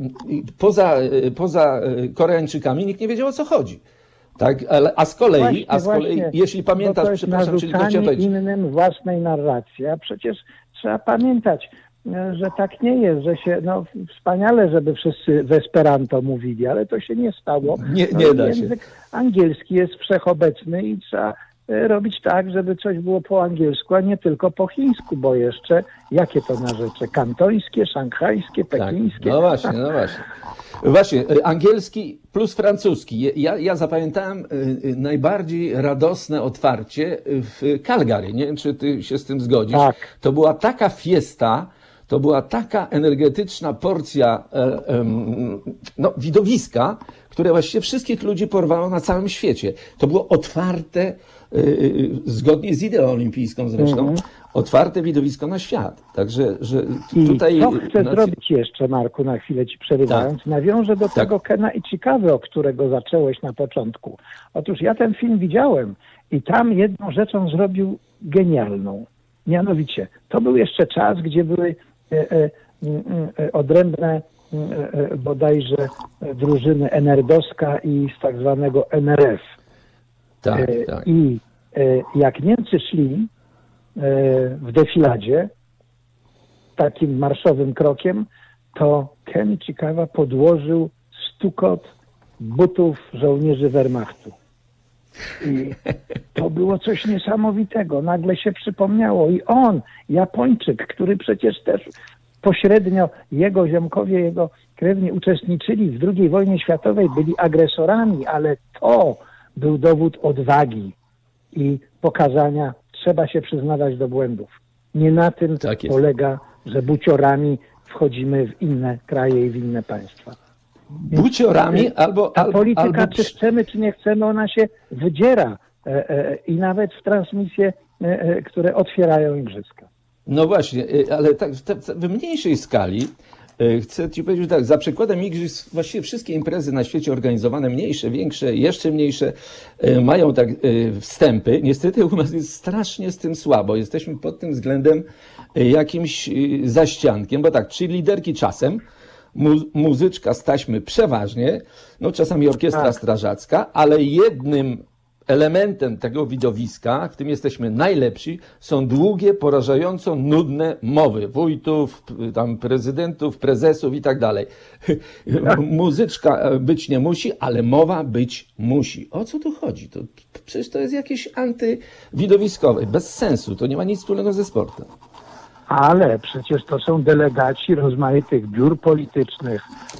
poza Koreańczykami nikt nie wiedział, o co chodzi. Tak, a z kolei, jeśli pamiętasz, przepraszam, czyli to chciałem powiedzieć. Innym własnej narracji, a przecież trzeba pamiętać, że tak nie jest, że się, no wspaniale, żeby wszyscy w Esperanto mówili, ale to się nie stało. Nie da się. Język angielski jest wszechobecny i trzeba robić tak, żeby coś było po angielsku, a nie tylko po chińsku, bo jeszcze jakie to narzecze? Kantońskie, szanghajskie, pekińskie. Tak, no właśnie. Właśnie, angielski plus francuski. Ja zapamiętałem najbardziej radosne otwarcie w Calgary. Nie wiem, czy ty się z tym zgodzisz. Tak. To była taka fiesta, to była taka energetyczna porcja widowiska, które właściwie wszystkich ludzi porwało na całym świecie. To było otwarte, zgodnie z ideą olimpijską zresztą, otwarte widowisko na świat. Także, że tutaj... I co chcę zrobić jeszcze, Marku, na chwilę ci przerywając, nawiążę do tego Kena Ichikawy, o którego zacząłeś na początku. Otóż ja ten film widziałem i tam jedną rzeczą zrobił genialną. Mianowicie, to był jeszcze czas, gdzie były odrębne bodajże drużyny NRD-owska i z tak zwanego NRF. Tak, tak. I jak Niemcy szli w defiladzie takim marszowym krokiem, to Ken Chikawa podłożył stukot butów żołnierzy Wehrmachtu. I to było coś niesamowitego. Nagle się przypomniało i on, Japończyk, który przecież też pośrednio jego ziomkowie, jego krewni uczestniczyli w II wojnie światowej, byli agresorami, ale to był dowód odwagi i pokazania, trzeba się przyznawać do błędów. Nie na tym polega, że buciorami wchodzimy w inne kraje i w inne państwa. Buciorami Ta polityka, czy chcemy, czy nie chcemy, ona się wydziera i nawet w transmisje, które otwierają igrzyska. No właśnie, ale tak w mniejszej skali chcę ci powiedzieć tak, za przykładem igrzysk właściwie wszystkie imprezy na świecie organizowane, mniejsze, większe, jeszcze mniejsze, mają tak wstępy. Niestety u nas jest strasznie z tym słabo. Jesteśmy pod tym względem jakimś zaściankiem, bo tak, czy liderki czasem, muzyczka z taśmy przeważnie, no czasami orkiestra strażacka, ale jednym elementem tego widowiska, w tym jesteśmy najlepsi, są długie, porażająco nudne mowy wójtów, tam prezydentów, prezesów i tak dalej. Muzyczka być nie musi, ale mowa być musi. O co tu chodzi? Przecież to jest jakieś antywidowiskowe, bez sensu, to nie ma nic wspólnego ze sportem. Ale przecież to są delegaci rozmaitych biur politycznych,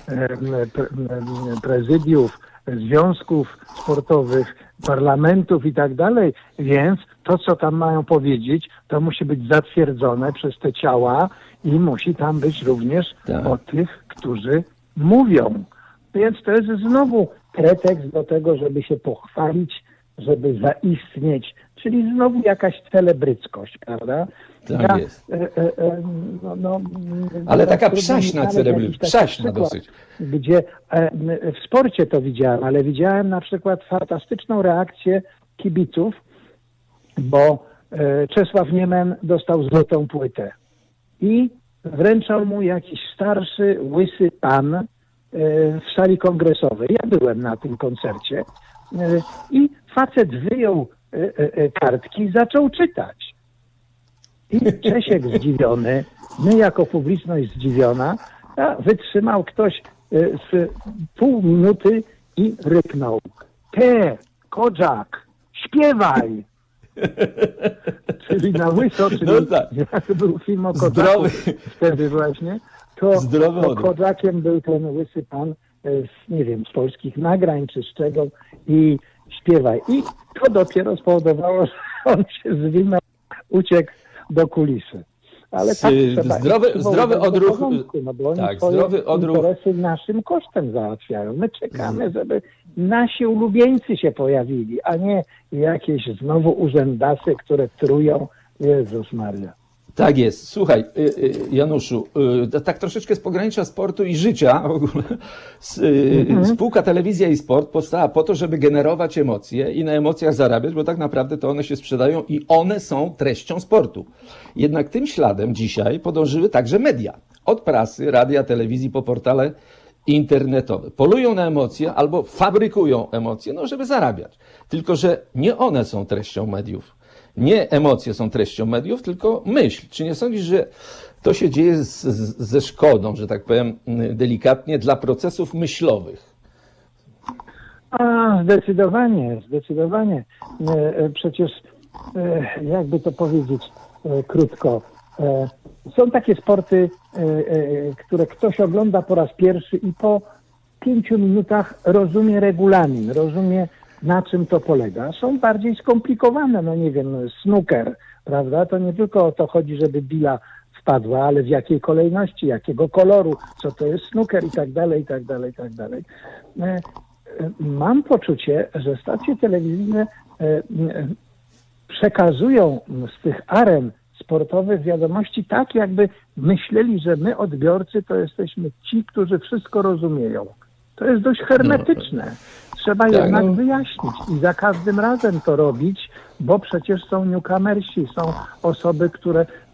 prezydiów, związków sportowych, parlamentów i tak dalej, więc to, co tam mają powiedzieć, to musi być zatwierdzone przez te ciała i musi tam być również o tych, którzy mówią. Więc to jest znowu pretekst do tego, żeby się pochwalić, żeby zaistnieć, czyli znowu jakaś celebryckość, prawda? Tak jest. Ale taka przaśna celebrycja, przaśna dosyć. Gdzie w sporcie to widziałem, ale widziałem na przykład fantastyczną reakcję kibiców, bo Czesław Niemen dostał złotą płytę i wręczał mu jakiś starszy, łysy pan w sali kongresowej. Ja byłem na tym koncercie i facet wyjął kartki i zaczął czytać. I Czesiek zdziwiony, my jako publiczność zdziwiona, a wytrzymał ktoś z pół minuty i ryknął: Kodżak, śpiewaj! Czyli na łyso, czyli jak był film o Kodżaku wtedy właśnie, to Kodżakiem był ten łysy pan z, nie wiem, z polskich nagrań czy z czego i śpiewaj. I to dopiero spowodowało, że on się zwinął, uciekł do kulisy. Ale tak trzeba zdrowy odruch, no bo oni zdrowy odruch interesy naszym kosztem załatwiają. My czekamy, żeby nasi ulubieńcy się pojawili, a nie jakieś znowu urzędasy, które trują. Jezus Maria. Tak jest. Słuchaj, Januszu, tak troszeczkę z pogranicza sportu i życia w ogóle. Spółka Telewizja i Sport powstała po to, żeby generować emocje i na emocjach zarabiać, bo tak naprawdę to one się sprzedają i one są treścią sportu. Jednak tym śladem dzisiaj podążyły także media. Od prasy, radia, telewizji po portale internetowe. Polują na emocje albo fabrykują emocje, no żeby zarabiać. Tylko że nie one są treścią mediów. Nie emocje są treścią mediów, tylko myśl. Czy nie sądzisz, że to się dzieje ze szkodą, że tak powiem delikatnie, dla procesów myślowych? Zdecydowanie, zdecydowanie. Przecież, jakby to powiedzieć krótko, są takie sporty, które ktoś ogląda po raz pierwszy i po 5 minutach rozumie regulamin, rozumie, na czym to polega. Są bardziej skomplikowane, no nie wiem, snooker, prawda? To nie tylko o to chodzi, żeby bila wpadła, ale w jakiej kolejności, jakiego koloru, co to jest snooker i tak dalej, i tak dalej, i tak dalej. Mam poczucie, że stacje telewizyjne przekazują z tych aren sportowych wiadomości tak, jakby myśleli, że my odbiorcy to jesteśmy ci, którzy wszystko rozumieją. To jest dość hermetyczne. Trzeba jednak wyjaśnić i za każdym razem to robić, bo przecież są newcomersi, są osoby, które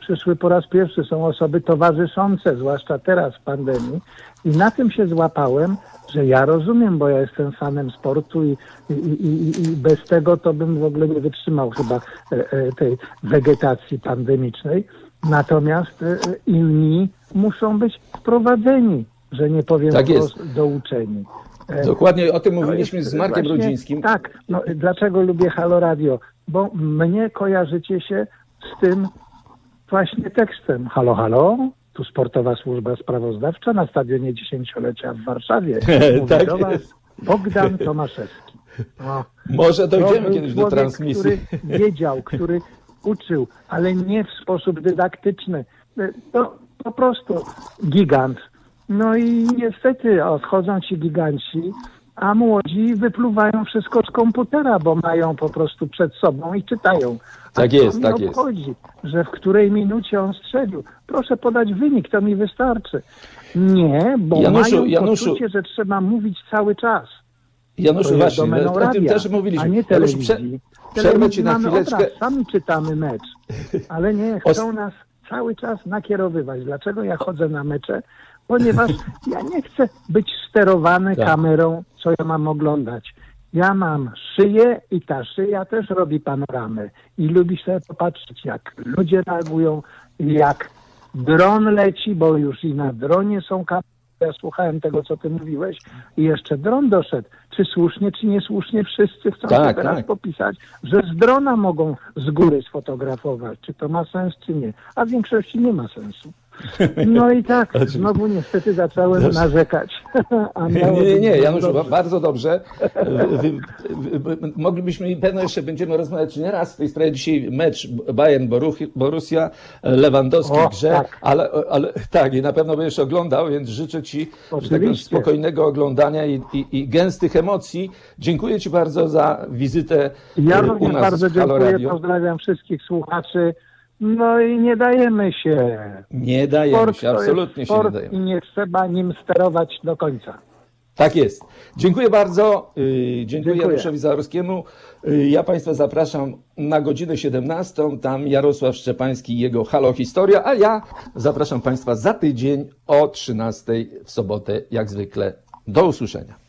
przyszły po raz pierwszy, są osoby towarzyszące, zwłaszcza teraz w pandemii. I na tym się złapałem, że ja rozumiem, bo ja jestem fanem sportu i bez tego to bym w ogóle nie wytrzymał chyba tej wegetacji pandemicznej. Natomiast inni muszą być wprowadzeni, że nie powiem Tak jest. douczeni. Dokładnie o tym mówiliśmy z Markiem Rudzińskim. Tak, no, dlaczego lubię Halo Radio? Bo mnie kojarzycie się z tym właśnie tekstem. Halo, halo, tu Sportowa Służba Sprawozdawcza na stadionie 10-lecia w Warszawie. Mówi Tak do was jest. Bogdan Tomaszewski. No, Może dojdziemy był kiedyś do człowiek, transmisji. który wiedział, który uczył, ale nie w sposób dydaktyczny. To po prostu gigant. No i niestety odchodzą ci giganci, a młodzi wypluwają wszystko z komputera, bo mają po prostu przed sobą i czytają. Tak jest, tak jest. jest. Obchodzi, że w której minucie on strzelił. Proszę podać wynik, to mi wystarczy. Nie, bo mają poczucie, że trzeba mówić cały czas. Januszu, właśnie, domeną o tym radia, też mówiliśmy. a nie Janusz, telewizji. przerwę ci na Mamy chwileczkę. obraz, sami czytamy mecz, ale nie, chcą nas cały czas nakierowywać. Dlaczego ja chodzę na mecze? Ponieważ ja nie chcę być sterowany kamerą, co ja mam oglądać. Ja mam szyję i ta szyja też robi panoramę. I lubi sobie popatrzeć, jak ludzie reagują, jak dron leci, bo już i na dronie są kamery. Ja słuchałem tego, co ty mówiłeś i jeszcze dron doszedł. Czy słusznie, czy niesłusznie wszyscy chcą teraz popisać, że z drona mogą z góry sfotografować. Czy to ma sens, czy nie. A w większości nie ma sensu. No i tak, znowu niestety zacząłem narzekać. Nie, Januszu, bardzo dobrze. Moglibyśmy i pewno jeszcze będziemy rozmawiać nie raz w tej sprawie. Dzisiaj mecz Bayern-Borussia, Lewandowski w grze, tak. Ale tak, i na pewno będziesz oglądał, więc życzę ci że tak powiem, spokojnego oglądania i gęstych emocji. Dziękuję ci bardzo za wizytę Ja u również nas bardzo w Halo dziękuję, Radio. pozdrawiam wszystkich słuchaczy. No i nie dajemy się. Nie dajemy się, absolutnie się nie dajemy. I nie trzeba nim sterować do końca. Tak jest. Dziękuję bardzo. Dziękuję Januszowi Zaorskiemu. Ja Państwa zapraszam na godzinę 17. Tam Jarosław Szczepański i jego Halo Historia, a ja zapraszam Państwa za tydzień o 13 w sobotę, jak zwykle. Do usłyszenia.